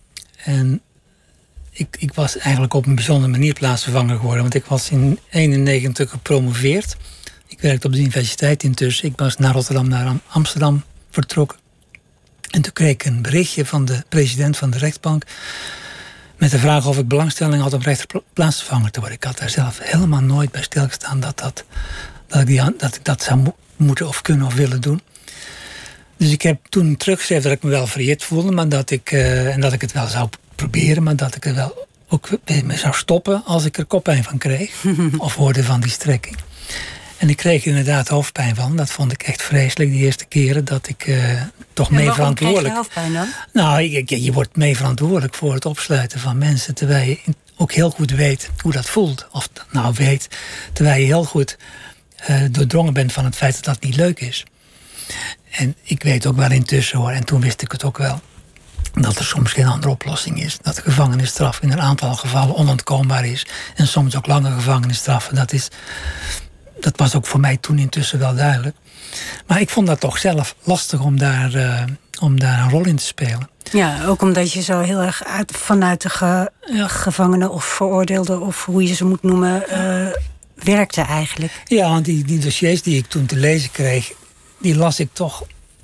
En ik, ik was eigenlijk op een bijzondere manier plaatsvervanger geworden. Want ik was in eenennegentig gepromoveerd. Ik werkte op de universiteit intussen. Ik was naar Rotterdam, naar Amsterdam vertrokken. En toen kreeg ik een berichtje van de president van de rechtbank met de vraag of ik belangstelling had om rechter plaatsvervanger te worden. Ik had daar zelf helemaal nooit bij stilgestaan dat, dat, dat, ik, die, dat ik dat zou mo- moeten of kunnen of willen doen. Dus ik heb toen teruggeschreven dat ik me wel vereerd voelde, maar dat ik, uh, en dat ik het wel zou proberen, maar dat ik er wel ook mee zou stoppen als ik er koppijn van kreeg. Of hoorde van die strekking. En ik kreeg inderdaad hoofdpijn van. Dat vond ik echt vreselijk, die eerste keren dat ik uh, toch mee verantwoordelijk... Waarom krijg je hoofdpijn dan? Nou, je, je wordt mee verantwoordelijk voor het opsluiten van mensen, terwijl je ook heel goed weet hoe dat voelt. Of nou weet, terwijl je heel goed uh, doordrongen bent van het feit dat dat niet leuk is. En ik weet ook wel intussen hoor, en toen wist ik het ook wel, dat er soms geen andere oplossing is. Dat de gevangenisstraf in een aantal gevallen onontkoombaar is. En soms ook lange gevangenisstraffen. Dat is... Dat was ook voor mij toen intussen wel duidelijk. Maar ik vond dat toch zelf lastig om daar, uh, om daar een rol in te spelen. Ja, ook omdat je zo heel erg uit, vanuit de ge, uh, gevangenen of veroordeelden, of hoe je ze moet noemen, uh, werkte eigenlijk. Ja, want die, die dossiers die ik toen te lezen kreeg, die las ik toch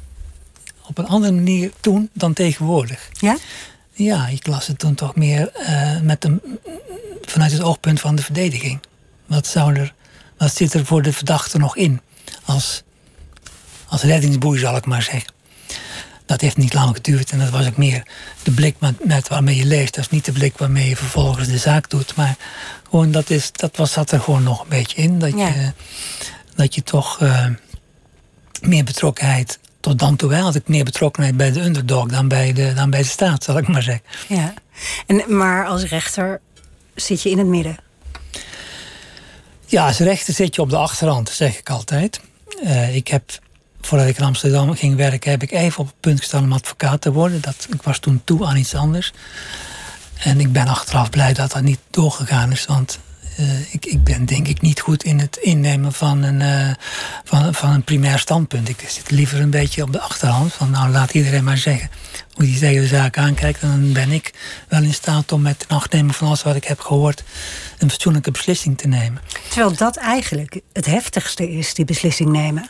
op een andere manier toen dan tegenwoordig. Ja? Ja, ik las het toen toch meer uh, met een, vanuit het oogpunt van de verdediging. Wat zou er... Wat zit er voor de verdachte nog in? Als, als reddingsboei, zal ik maar zeggen. Dat heeft niet lang geduurd. En dat was ook meer de blik met, met waarmee je leest. Dat is niet de blik waarmee je vervolgens de zaak doet. Maar gewoon dat, is, dat was, zat er gewoon nog een beetje in. Dat, ja. je, dat je toch uh, meer betrokkenheid... Tot dan toe had ik meer betrokkenheid bij de underdog dan bij de, dan bij de staat, zal ik maar zeggen. Ja. En, maar als rechter zit je in het midden? Ja, als rechter zit je op de achterhand, zeg ik altijd. Uh, ik heb, voordat ik in Amsterdam ging werken, heb ik even op het punt gestaan om advocaat te worden. Dat, ik was toen toe aan iets anders. En ik ben achteraf blij dat dat niet doorgegaan is. Want uh, ik, ik ben denk ik niet goed in het innemen van een, uh, van, van een primair standpunt. Ik zit liever een beetje op de achterhand. Van nou, laat iedereen maar zeggen hoe die tegen de zaak aankijkt. En dan ben ik wel in staat om met in acht nemen van alles wat ik heb gehoord een fatsoenlijke beslissing te nemen. Terwijl dat eigenlijk het heftigste is, die beslissing nemen.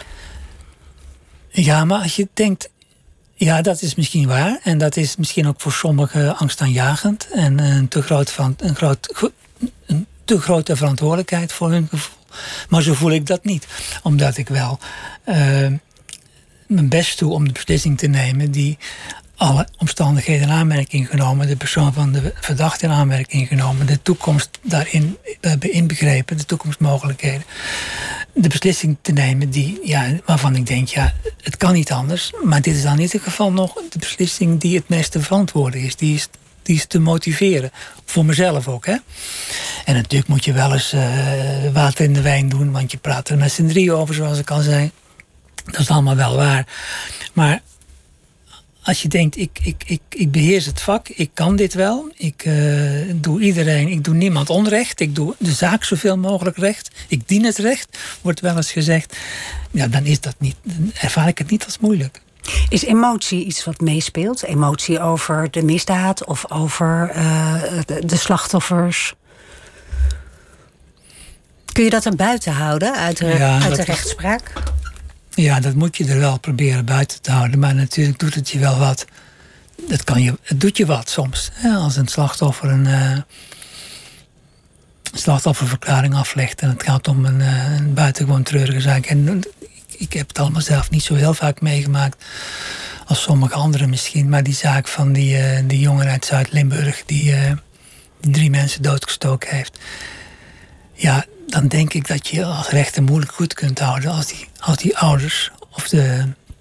Ja, maar als je denkt, ja, dat is misschien waar. En dat is misschien ook voor sommigen angstaanjagend. En een te, groot van, een groot, een te grote verantwoordelijkheid voor hun gevoel. Maar zo voel ik dat niet. Omdat ik wel uh, mijn best doe om de beslissing te nemen die alle omstandigheden in aanmerking genomen, de persoon van de verdachte in aanmerking genomen, de toekomst daarin hebben inbegrepen, de toekomstmogelijkheden. De beslissing te nemen die, ja, waarvan ik denk, ja, het kan niet anders. Maar dit is dan in ieder geval nog de beslissing die het meeste verantwoorden is. Die is, die is te motiveren. Voor mezelf ook, hè. En natuurlijk moet je wel eens uh, water in de wijn doen, want je praat er met z'n drie over, zoals ik al zei. Dat is allemaal wel waar. Maar als je denkt, ik, ik, ik, ik beheers het vak, ik kan dit wel. Ik uh, doe iedereen, ik doe niemand onrecht. Ik doe de zaak zoveel mogelijk recht. Ik dien het recht, wordt wel eens gezegd. Ja, dan is dat niet, dan ervaar ik het niet als moeilijk. Is emotie iets wat meespeelt? Emotie over de misdaad of over uh, de, de slachtoffers? Kun je dat er buiten houden uit de, ja, uit de rechtspraak? Is, ja, dat moet je er wel proberen buiten te houden. Maar natuurlijk doet het je wel wat. Dat kan je, het doet je wat soms. Hè? Als een slachtoffer een uh, slachtofferverklaring aflegt en het gaat om een, uh, een buitengewoon treurige zaak. En ik heb het allemaal zelf niet zo heel vaak meegemaakt als sommige anderen misschien. Maar die zaak van die, uh, die jongen uit Zuid-Limburg die, uh, die drie mensen doodgestoken heeft. Ja, dan denk ik dat je als rechter moeilijk goed kunt houden als die, als die ouders of de,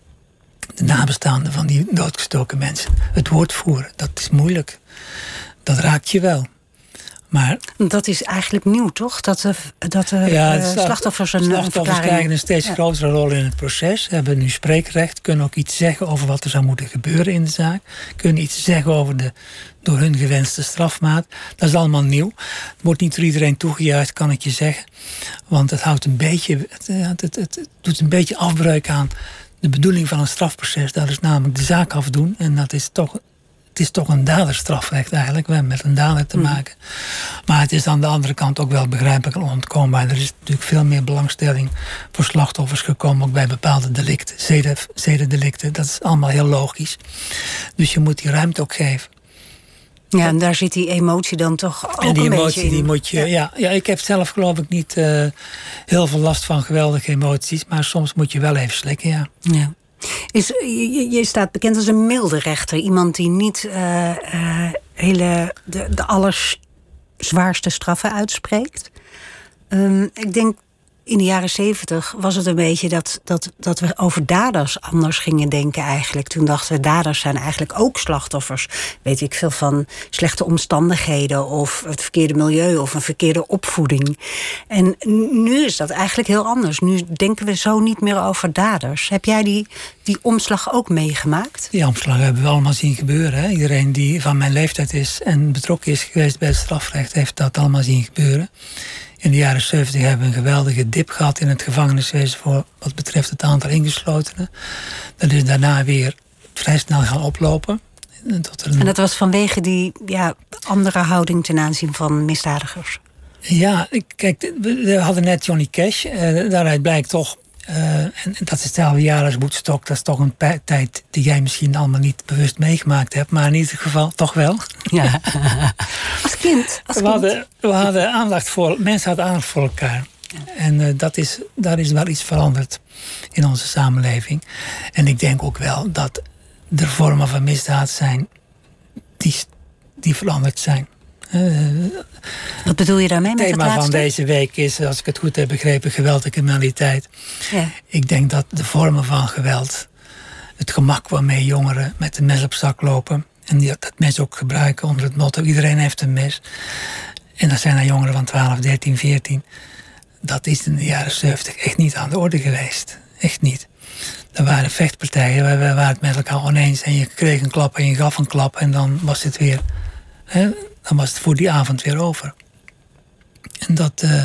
de nabestaanden van die doodgestoken mensen het woord voeren. Dat is moeilijk. Dat raakt je wel. Maar dat is eigenlijk nieuw, toch? Dat de, dat de ja, uh, slachtoffers een slachtoffers verklaring... krijgen een steeds ja. grotere rol in het proces. Hebben nu spreekrecht, kunnen ook iets zeggen over wat er zou moeten gebeuren in de zaak. Kunnen iets zeggen over de door hun gewenste strafmaat. Dat is allemaal nieuw. Het wordt niet door iedereen toegejuicht, kan ik je zeggen. Want het houdt een beetje, het, het, het, het doet een beetje afbreuk aan de bedoeling van een strafproces. Dat is namelijk de zaak afdoen. En dat is toch... Het is toch een daderstrafrecht eigenlijk. We hebben met een dader te maken. Mm. Maar het is aan de andere kant ook wel begrijpelijk en onontkoombaar. Er is natuurlijk veel meer belangstelling voor slachtoffers gekomen. Ook bij bepaalde delicten. Zeden, zedendelicten. Dat is allemaal heel logisch. Dus je moet die ruimte ook geven. Ja, en daar zit die emotie dan toch ook en die een emotie, beetje in. Die moet je, ja. Ja, ja, ik heb zelf geloof ik niet uh, heel veel last van geweldige emoties. Maar soms moet je wel even slikken, ja. Ja. Is, je, je staat bekend als een milde rechter. Iemand die niet uh, uh, hele, de, de allerzwaarste straffen uitspreekt. Um, ik denk, in de jaren zeventig was het een beetje dat, dat, dat we over daders anders gingen denken eigenlijk. Toen dachten we, daders zijn eigenlijk ook slachtoffers. Weet ik veel van slechte omstandigheden of het verkeerde milieu of een verkeerde opvoeding. En nu is dat eigenlijk heel anders. Nu denken we zo niet meer over daders. Heb jij die, die omslag ook meegemaakt? Die omslag hebben we allemaal zien gebeuren. Hè? Iedereen die van mijn leeftijd is en betrokken is geweest bij het strafrecht heeft dat allemaal zien gebeuren. In de jaren zeventig hebben we een geweldige dip gehad in het gevangeniswezen voor wat betreft het aantal ingeslotenen. Dat is daarna weer vrij snel gaan oplopen. Tot er een... En dat was vanwege die ja, andere houding ten aanzien van misdadigers? Ja, kijk, we hadden net Johnny Cash. Uh, daaruit blijkt toch, uh, en dat is hetzelfde jaar als Woodstock, dat is toch een p- tijd die jij misschien allemaal niet bewust meegemaakt hebt, maar in ieder geval toch wel. Ja. Als kind. Als we, kind. hadden, we hadden aandacht voor, mensen hadden aandacht voor elkaar. Ja. En uh, dat is, daar is wel iets veranderd in onze samenleving. En ik denk ook wel dat er vormen van misdaad zijn die, die veranderd zijn. Uh, Wat bedoel je daarmee met het thema laatste? van deze week is, als ik het goed heb begrepen, geweld en criminaliteit. Ja. Ik denk dat de vormen van geweld, het gemak waarmee jongeren met een mes op zak lopen en die dat mes ook gebruiken onder het motto iedereen heeft een mes. En dat zijn dan jongeren van twaalf, dertien, veertien. Dat is in de jaren zeventig echt niet aan de orde geweest. Echt niet. Er waren vechtpartijen, we waren het met elkaar oneens en je kreeg een klap en je gaf een klap en dan was het weer... Hè, dan was het voor die avond weer over. En dat... Uh,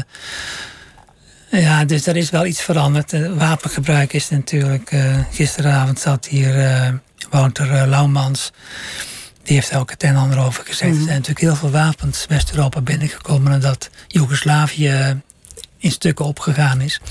ja, dus er is wel iets veranderd. Uh, wapengebruik is natuurlijk... Uh, gisteravond zat hier uh, Wouter uh, Laumans. Die heeft ook het een en ander over gezegd. Mm. Er zijn natuurlijk heel veel wapens West-Europa binnengekomen... nadat Joegoslavië in stukken opgegaan is.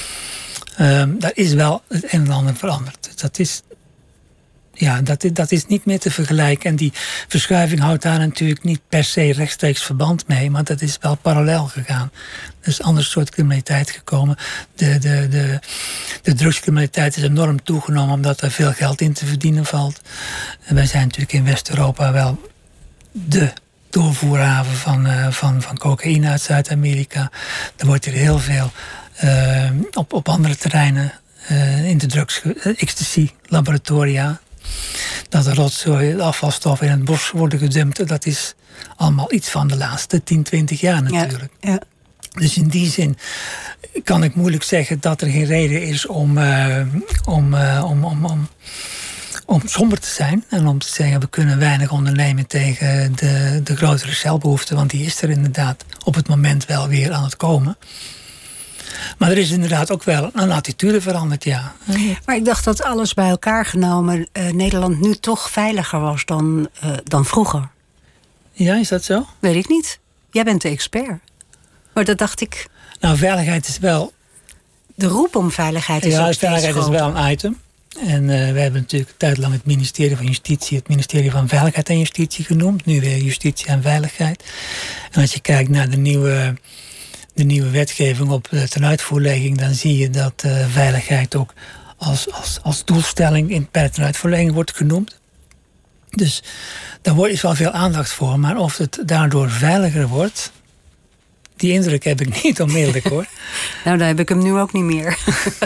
Um, daar is wel het een en ander veranderd. Dus dat is... Ja, dat, dat is niet meer te vergelijken. En die verschuiving houdt daar natuurlijk niet per se rechtstreeks verband mee. Maar dat is wel parallel gegaan. Er is een ander soort criminaliteit gekomen. De, de, de, de drugscriminaliteit is enorm toegenomen omdat er veel geld in te verdienen valt. En wij zijn natuurlijk in West-Europa wel de doorvoerhaven van, uh, van, van cocaïne uit Zuid-Amerika. Er wordt hier heel veel uh, op, op andere terreinen uh, in de drugs, uh, ecstasy, laboratoria. Dat de rotzooi, de afvalstoffen in het bos worden gedumpt. Dat is allemaal iets van de laatste tien, twintig jaar natuurlijk. Ja, ja. Dus in die zin kan ik moeilijk zeggen dat er geen reden is om, uh, om, uh, om, om, om, om somber te zijn en om te zeggen, we kunnen weinig ondernemen tegen de, de grotere celbehoefte, want die is er inderdaad op het moment wel weer aan het komen. Maar er is inderdaad ook wel een attitude veranderd, ja. Maar ik dacht dat alles bij elkaar genomen uh, Nederland nu toch veiliger was dan, uh, dan vroeger. Ja, is dat zo? Weet ik niet. Jij bent de expert. Maar dat dacht ik. Nou, veiligheid is wel... De roep om veiligheid is ja, ook veiligheid is wel een item. En uh, we hebben natuurlijk een tijd lang het ministerie van Justitie, het ministerie van Veiligheid en Justitie genoemd. Nu weer Justitie en Veiligheid. En als je kijkt naar de nieuwe, de nieuwe wetgeving op de tenuitvoerlegging, dan zie je dat uh, veiligheid ook als, als, als doelstelling in per tenuitvoerlegging wordt genoemd. Dus daar is wel veel aandacht voor. Maar of het daardoor veiliger wordt, die indruk heb ik niet onmiddellijk, hoor. Nou, daar heb ik hem nu ook niet meer.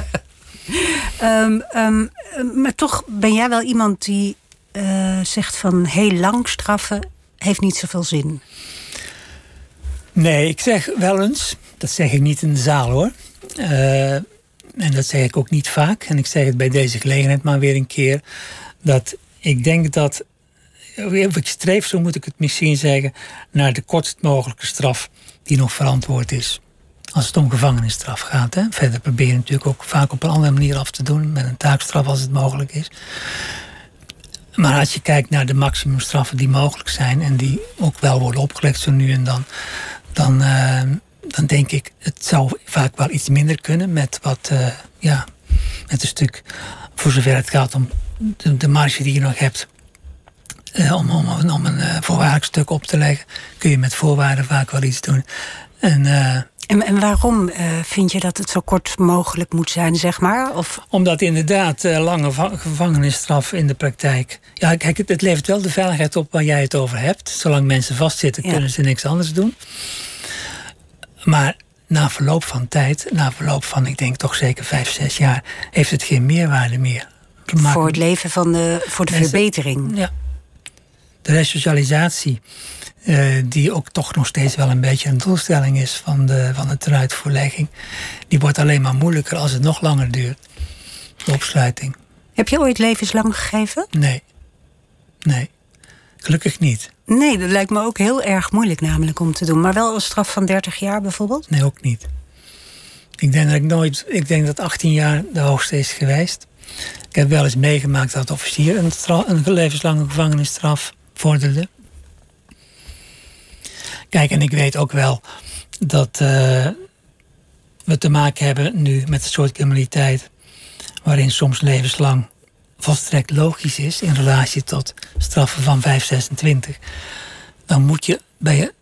um, um, maar toch ben jij wel iemand die uh, zegt van heel lang straffen heeft niet zoveel zin. Nee, ik zeg wel eens, dat zeg ik niet in de zaal, hoor. Uh, en dat zeg ik ook niet vaak. En ik zeg het bij deze gelegenheid maar weer een keer, dat ik denk dat, of ik streef, zo moet ik het misschien zeggen, naar de kortst mogelijke straf die nog verantwoord is. Als het om gevangenisstraf gaat. Hè. Verder probeer je natuurlijk ook vaak op een andere manier af te doen. Met een taakstraf als het mogelijk is. Maar als je kijkt naar de maximumstraffen die mogelijk zijn. En die ook wel worden opgelegd zo nu en dan. Dan, uh, dan denk ik, het zou vaak wel iets minder kunnen. Met wat, uh, ja, met een stuk, voor zover het gaat om de, de marge die je nog hebt. Uh, om, om, om een uh, voorwaardelijk stuk op te leggen. Kun je met voorwaarden vaak wel iets doen. En, uh, en, en waarom uh, vind je dat het zo kort mogelijk moet zijn, zeg maar? Of? Omdat inderdaad uh, lange va- gevangenisstraf in de praktijk. Ja, kijk, het, het levert wel de veiligheid op waar jij het over hebt. Zolang mensen vastzitten, ja, kunnen ze niks anders doen. Maar na verloop van tijd, na verloop van, ik denk toch zeker vijf, zes jaar, heeft het geen meerwaarde meer. Maakt voor het leven van de, voor de mensen, verbetering. Ja. De resocialisatie, uh, die ook toch nog steeds wel een beetje een doelstelling is van de, van de tenuitvoerlegging, die wordt alleen maar moeilijker als het nog langer duurt. De opsluiting. Heb je ooit levenslang gegeven? Nee. Nee. Gelukkig niet. Nee, dat lijkt me ook heel erg moeilijk namelijk om te doen. Maar wel een straf van dertig jaar bijvoorbeeld? Nee, ook niet. Ik denk dat ik nooit, ik denk dat achttien jaar de hoogste is geweest. Ik heb wel eens meegemaakt dat officier een, straf, een levenslange gevangenisstraf vorderde. Kijk, en ik weet ook wel dat uh, we te maken hebben nu met een soort criminaliteit waarin soms levenslang volstrekt logisch is in relatie tot straffen van vijf, zesentwintig. Dan moet je bij je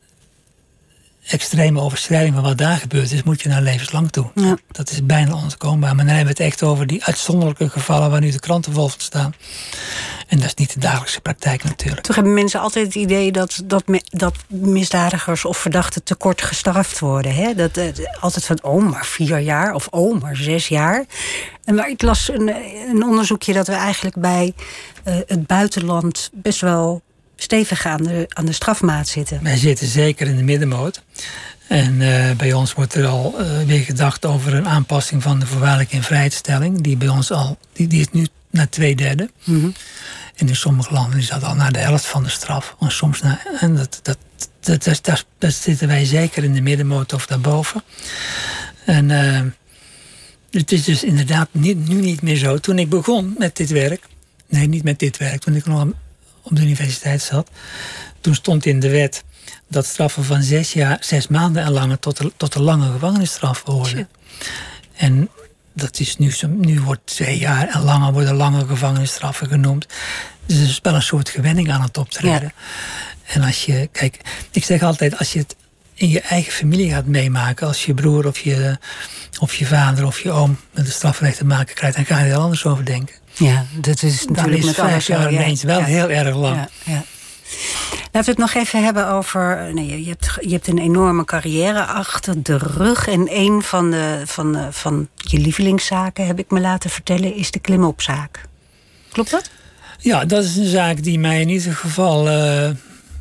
extreme overschrijding van wat daar gebeurd is, moet je naar levenslang toe. Ja. Dat is bijna onontkoombaar. Maar dan hebben we het echt over die uitzonderlijke gevallen waar nu de kranten vol van staan. En dat is niet de dagelijkse praktijk natuurlijk. Toch hebben mensen altijd het idee dat, dat, me, dat misdadigers of verdachten te kort gestraft worden. Hè? Dat, uh, altijd van, oh, maar vier jaar of oh, maar zes jaar. En maar ik las een, een onderzoekje dat we eigenlijk bij uh, het buitenland best wel stevig aan de, aan de strafmaat zitten. Wij zitten zeker in de middenmoot. En uh, bij ons wordt er al uh, weer gedacht over een aanpassing van de voorwaardelijke invrijheidstelling. Die bij ons al, die, die is nu naar twee derde. Mm-hmm. En in sommige landen is dat al naar de helft van de straf. En soms naar, en dat, dat, dat, dat, dat, dat zitten wij zeker in de middenmoot of daarboven. En uh, het is dus inderdaad niet, nu niet meer zo. Toen ik begon met dit werk, nee, niet met dit werk, toen ik nog op de universiteit zat, toen stond in de wet dat straffen van zes jaar, zes maanden en langer tot de, tot de lange gevangenisstraf behoorden. En dat is nu, nu wordt twee jaar en langer worden lange gevangenisstraffen genoemd. Dus er is wel een soort gewenning aan het optreden. Ja. En als je, kijk, ik zeg altijd, als je het in je eigen familie gaat meemaken, als je broer of je, of je vader of je oom met de strafrecht te maken krijgt, dan ga je er anders over denken. Ja, dat is natuurlijk dan is met vijf jaar ineens ja. wel ja. heel erg lang. Ja, ja. Laten we het nog even hebben over. Nee, je, hebt, je hebt een enorme carrière achter de rug. En een van, de, van, de, van je lievelingszaken, heb ik me laten vertellen, is de klimopzaak. Klopt dat? Ja, dat is een zaak die mij in ieder geval. Uh,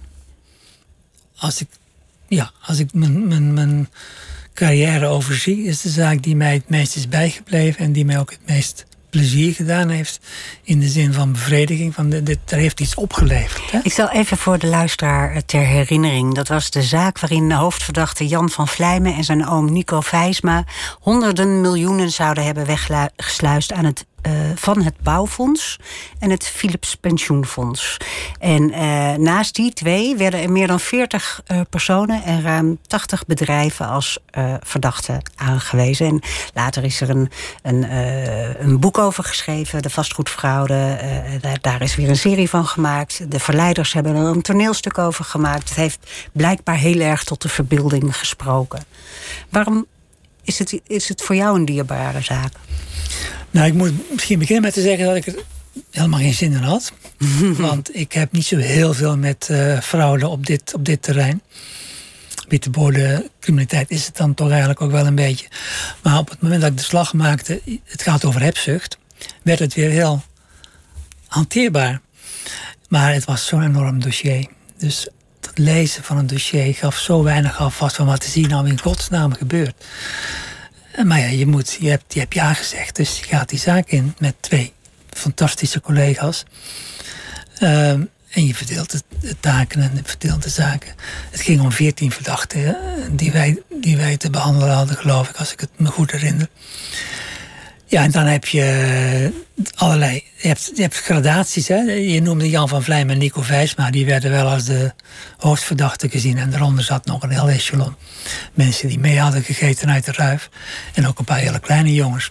als ik, ja, als ik mijn, mijn, mijn carrière overzie, is de zaak die mij het meest is bijgebleven en die mij ook het meest plezier gedaan heeft. In de zin van bevrediging. Van de, dit, er heeft iets opgeleverd. Hè? Ik stel even voor de luisteraar ter herinnering. Dat was de zaak waarin de hoofdverdachte Jan van Vlijmen en zijn oom Nico Vijsma honderden miljoenen zouden hebben weggesluist aan het Uh, van het Bouwfonds en het Philips Pensioenfonds. En uh, naast die twee werden er meer dan veertig uh, personen en ruim tachtig bedrijven als uh, verdachten aangewezen. En later is er een, een, uh, een boek over geschreven, de vastgoedfraude. Uh, daar, daar is weer een serie van gemaakt. De verleiders hebben er een toneelstuk over gemaakt. Het heeft blijkbaar heel erg tot de verbeelding gesproken. Waarom is het, is het voor jou een dierbare zaak? Nou, ik moet misschien beginnen met te zeggen dat ik er helemaal geen zin in had. Want ik heb niet zo heel veel met uh, fraude op dit, op dit terrein. Wittebode criminaliteit is het dan toch eigenlijk ook wel een beetje. Maar op het moment dat ik de slag maakte, het gaat over hebzucht, werd het weer heel hanteerbaar. Maar het was zo'n enorm dossier. Dus het lezen van een dossier gaf zo weinig alvast van wat er hier nou in godsnaam gebeurt. Maar ja, je, moet, je, hebt, je hebt ja gezegd, dus je gaat die zaak in met twee fantastische collega's. Uh, en je verdeelt de, de taken en je verdeelt de zaken. Het ging om veertien verdachten die wij, die wij te behandelen hadden, geloof ik, als ik het me goed herinner. Ja, en dan heb je allerlei... Je hebt, je hebt gradaties, hè. Je noemde Jan van Vlijmen en Nico Vijsma. Die werden wel als de hoofdverdachten gezien. En daaronder zat nog een heel echelon. Mensen die mee hadden gegeten uit de ruif. En ook een paar hele kleine jongens.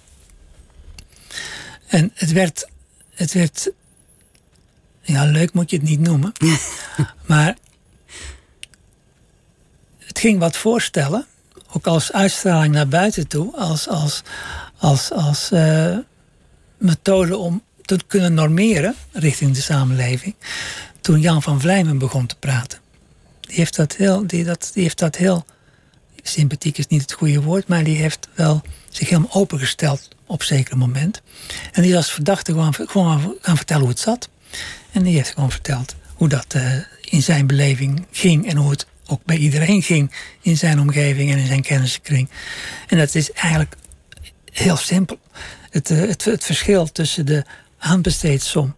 En het werd... Het werd... Ja, leuk moet je het niet noemen. Maar... Het ging wat voorstellen. Ook als uitstraling naar buiten toe. Als... als als, als uh, methode om te kunnen normeren richting de samenleving. Toen Jan van Vlijmen begon te praten. Die heeft dat heel, die, dat, die heeft dat heel, sympathiek is niet het goede woord, maar die heeft wel zich helemaal opengesteld op een zeker moment. En die is als verdachte gewoon, gewoon gaan vertellen hoe het zat. En die heeft gewoon verteld hoe dat uh, in zijn beleving ging en hoe het ook bij iedereen ging in zijn omgeving en in zijn kennissenkring. En dat is eigenlijk heel simpel. Het, het, het verschil tussen de aanbesteedsom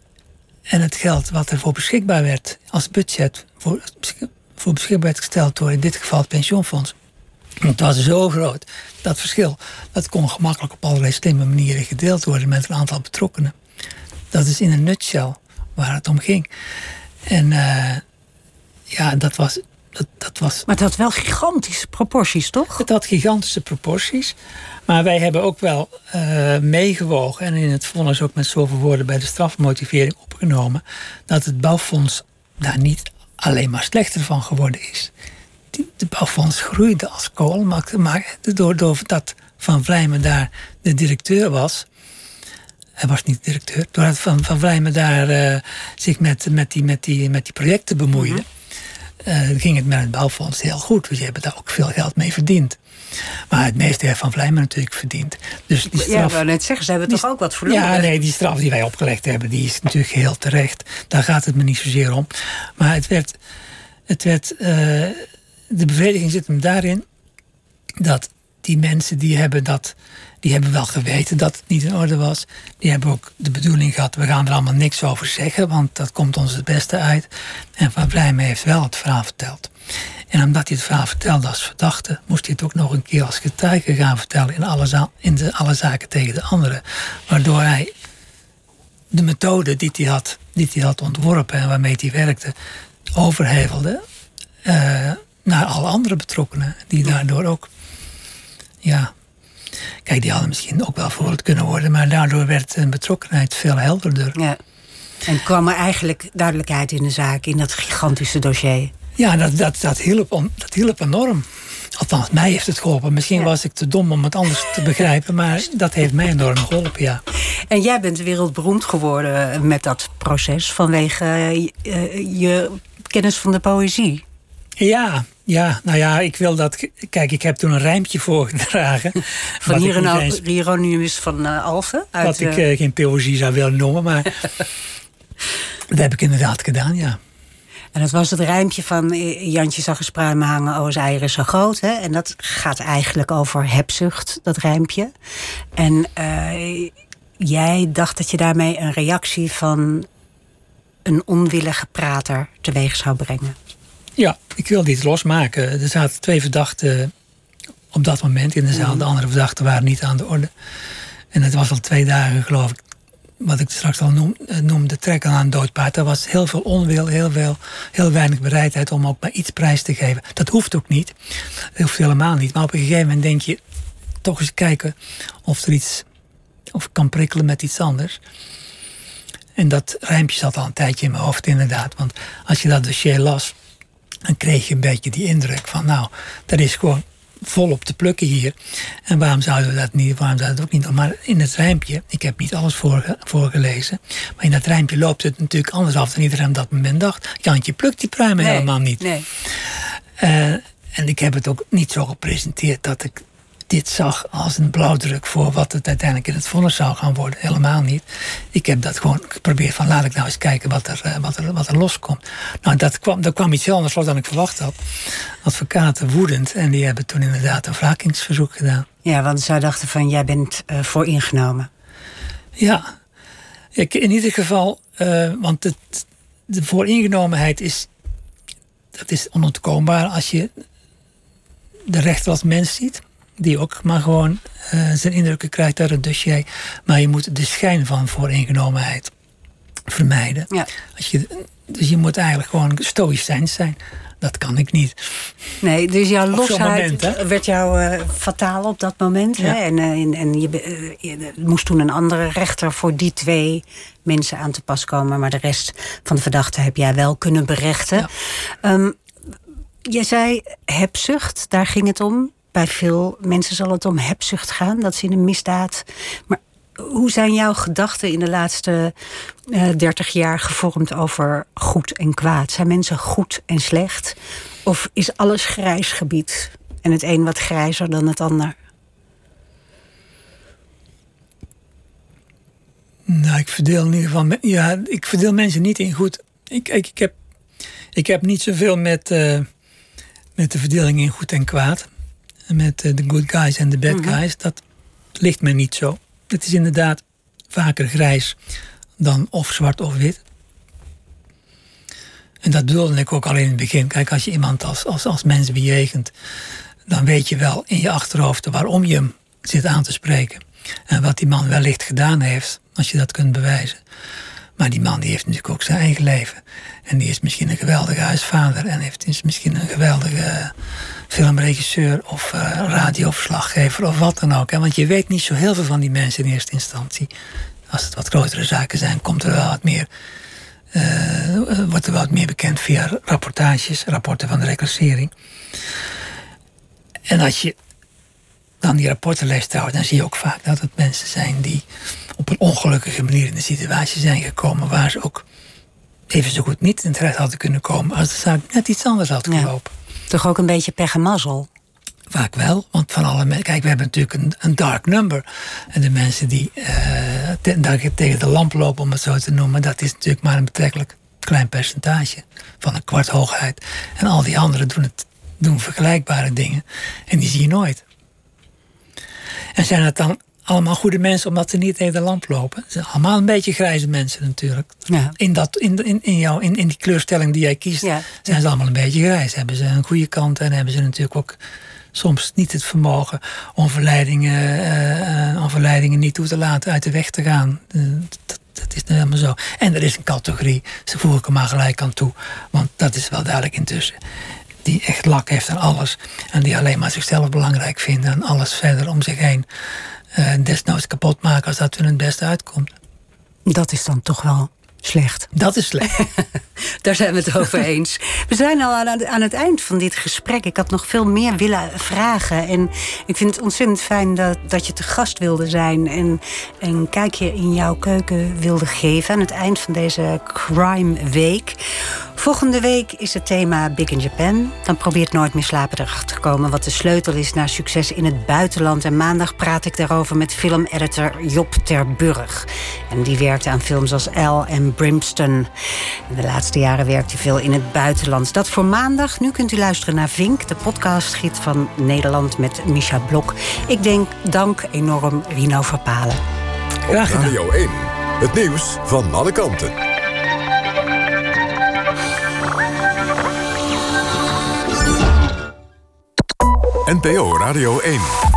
en het geld wat ervoor beschikbaar werd als budget voor, voor beschikbaar werd gesteld door in dit geval het pensioenfonds. Het was zo groot. Dat verschil dat kon gemakkelijk op allerlei slimme manieren gedeeld worden met een aantal betrokkenen. Dat is in een nutshell waar het om ging. En uh, ja, dat was... Dat, dat was... Maar het had wel gigantische proporties, toch? Het had gigantische proporties. Maar wij hebben ook wel uh, meegewogen... en in het vonnis ook met zoveel woorden bij de strafmotivering opgenomen... dat het bouwfonds daar niet alleen maar slechter van geworden is. De bouwfonds groeide als kool, maar doordat Van Vlijmen daar de directeur was... Hij was niet directeur. Doordat Van, van Vlijmen daar uh, zich met, met, die, met, die, met die projecten bemoeide... Mm-hmm. Uh, ging het met het bouwfonds heel goed. Dus je hebt daar ook veel geld mee verdiend. Maar het meeste heeft Van Vlijmen natuurlijk verdiend. Dus die straf, ja, ik wou net zeggen, ze hebben die, toch ook wat verloren? Ja, nee, die straf die wij opgelegd hebben, die is natuurlijk heel terecht. Daar gaat het me niet zozeer om. Maar het werd... Het werd uh, de bevrediging zit hem daarin... dat die mensen die hebben dat... die hebben wel geweten dat het niet in orde was. Die hebben ook de bedoeling gehad... we gaan er allemaal niks over zeggen... want dat komt ons het beste uit. En Van Vlijmen heeft wel het verhaal verteld. En omdat hij het verhaal vertelde als verdachte... moest hij het ook nog een keer als getuige gaan vertellen... in alle, za- in de, alle zaken tegen de anderen. Waardoor hij de methode die hij had, die hij had ontworpen... en waarmee hij werkte, overhevelde... Uh, naar alle andere betrokkenen... die daardoor ook... ja. Kijk, die hadden misschien ook wel veroordeeld kunnen worden... maar daardoor werd de betrokkenheid veel helderder. Ja. En kwam er eigenlijk duidelijkheid in de zaak... in dat gigantische dossier? Ja, dat, dat, dat, hielp, on, dat hielp enorm. Althans, mij heeft het geholpen. Misschien ja. was ik te dom om het anders te begrijpen... maar dat heeft mij enorm geholpen, ja. En jij bent wereldberoemd geworden met dat proces... vanwege uh, je kennis van de poëzie. Ja, ja, nou ja, ik wil dat... Kijk, ik heb toen een rijmpje voorgedragen. Van Hieronymus van uh, Alphen? Uit, wat ik uh, geen poëzie zou willen noemen, maar... dat heb ik inderdaad gedaan, ja. En dat was het rijmpje van Jantje zag een spruimen hangen, oh, zijn eieren zo groot. Hè? En dat gaat eigenlijk over hebzucht, dat rijmpje. En uh, jij dacht dat je daarmee een reactie van een onwillige prater teweeg zou brengen. Ja, ik wilde iets losmaken. Er zaten twee verdachten op dat moment in de zaal. De andere verdachten waren niet aan de orde. En het was al twee dagen, geloof ik, wat ik straks al noem, noemde, trekken aan een dood paard. Er was heel veel onwil, heel, veel, heel weinig bereidheid om ook maar iets prijs te geven. Dat hoeft ook niet. Dat hoeft helemaal niet. Maar op een gegeven moment denk je toch eens kijken of er iets, of ik kan prikkelen met iets anders. En dat rijmpje zat al een tijdje in mijn hoofd, inderdaad. Want als je dat dossier las, dan kreeg je een beetje die indruk van, nou, dat is gewoon volop te plukken hier. En waarom zouden we dat niet, waarom zouden we dat ook niet doen? Maar in het rijmpje, ik heb niet alles voorge, voorgelezen, maar in dat rijmpje loopt het natuurlijk anders af dan iedereen op dat moment dacht. Jantje plukt die pruimen nee, helemaal niet. Nee. Uh, en ik heb het ook niet zo gepresenteerd dat ik dit zag als een blauwdruk voor wat het uiteindelijk in het vonnis zou gaan worden. Helemaal niet. Ik heb dat gewoon geprobeerd van, laat ik nou eens kijken wat er, wat er, wat er loskomt. Nou, dat kwam, dat kwam iets heel anders los dan ik verwacht had. Advocaten woedend en die hebben toen inderdaad een wrakingsverzoek gedaan. Ja, want zij dachten van, jij bent uh, vooringenomen. Ja, ik, in ieder geval, uh, want het, de vooringenomenheid is, dat is onontkoombaar als je de rechter als mens ziet. Die ook maar gewoon uh, zijn indrukken krijgt uit het dossier. Maar je moet de schijn van vooringenomenheid vermijden. Ja. Als je, dus je moet eigenlijk gewoon stoïcijns zijn. Dat kan ik niet. Nee, dus jouw Op losheid moment, werd jou uh, fataal op dat moment. Ja. Hè? En, uh, en, en je, uh, je moest toen een andere rechter voor die twee mensen aan te pas komen. Maar de rest van de verdachten heb jij wel kunnen berechten. Ja. Um, je zei hebzucht, daar ging het om. Bij veel mensen zal het om hebzucht gaan, dat ze in een misdaad. Maar hoe zijn jouw gedachten in de laatste uh, dertig jaar gevormd over goed en kwaad? Zijn mensen goed en slecht? Of is alles grijs gebied en het een wat grijzer dan het ander? Nou, ik verdeel in ieder geval, ja, ik verdeel mensen niet in goed. Ik, ik, ik, heb, ik heb niet zoveel met, uh, met de verdeling in goed en kwaad. Met de good guys en de bad Mm-hmm. guys. Dat ligt me niet zo. Het is inderdaad vaker grijs dan of zwart of wit. En dat bedoelde ik ook al in het begin. Kijk, als je iemand als, als, als mens bejegent, dan weet je wel in je achterhoofd waarom je hem zit aan te spreken. En wat die man wellicht gedaan heeft, als je dat kunt bewijzen. Maar die man die heeft natuurlijk ook zijn eigen leven. En die is misschien een geweldige huisvader. En heeft, is misschien een geweldige filmregisseur of uh, radioverslaggever of wat dan ook. Hè? Want je weet niet zo heel veel van die mensen in eerste instantie. Als het wat grotere zaken zijn, komt er wel wat meer, uh, wordt er wel wat meer bekend via rapportages, rapporten van de reclassering. En als je dan die rapporten leest trouwens, dan zie je ook vaak dat het mensen zijn die op een ongelukkige manier in de situatie zijn gekomen waar ze ook even zo goed niet in terecht hadden kunnen komen als de zaak net iets anders had gelopen. Ja. Toch ook een beetje pech en mazzel? Vaak wel, want van alle mensen... Kijk, we hebben natuurlijk een, een dark number. En de mensen die uh, te, tegen de lamp lopen, om het zo te noemen, dat is natuurlijk maar een betrekkelijk klein percentage van een kwart hoogheid. En al die anderen doen, het, doen vergelijkbare dingen. En die zie je nooit. En zijn het dan allemaal goede mensen omdat ze niet tegen de lamp lopen? Het zijn allemaal een beetje grijze mensen natuurlijk. Ja. In, dat, in, in, in, jou, in, in die kleurstelling die jij kiest, ja. zijn ze allemaal een beetje grijs. Hebben ze een goede kant en hebben ze natuurlijk ook soms niet het vermogen om verleidingen, uh, om verleidingen niet toe te laten uit de weg te gaan. Uh, dat, dat is nou helemaal zo. En er is een categorie, ze voeg ik er maar gelijk aan toe, want dat is wel duidelijk intussen, die echt lak heeft aan alles en die alleen maar zichzelf belangrijk vinden en alles verder om zich heen uh, desnoods kapot maken als dat hun het beste uitkomt. Dat is dan toch wel slecht. Dat is slecht. Daar zijn we het over eens. We zijn al aan, aan het eind van dit gesprek. Ik had nog veel meer willen vragen. En ik vind het ontzettend fijn dat, dat je te gast wilde zijn. En een kijkje in jouw keuken wilde geven aan het eind van deze Crime Week. Volgende week is het thema Big in Japan. Dan probeert Nooit meer slapen erachter te komen wat de sleutel is naar succes in het buitenland. En maandag praat ik daarover met filmeditor Job ter Burg. En die werkt aan films als Elle en Brimstone. In de laatste jaren werkt hij veel in het buitenland. Dat voor maandag. Nu kunt u luisteren naar Vink, de podcastgids van Nederland met Misha Blok. Ik denk, dank enorm Rino Verpalen. Graag gedaan. Radio één, het nieuws van alle kanten. N P O Radio één.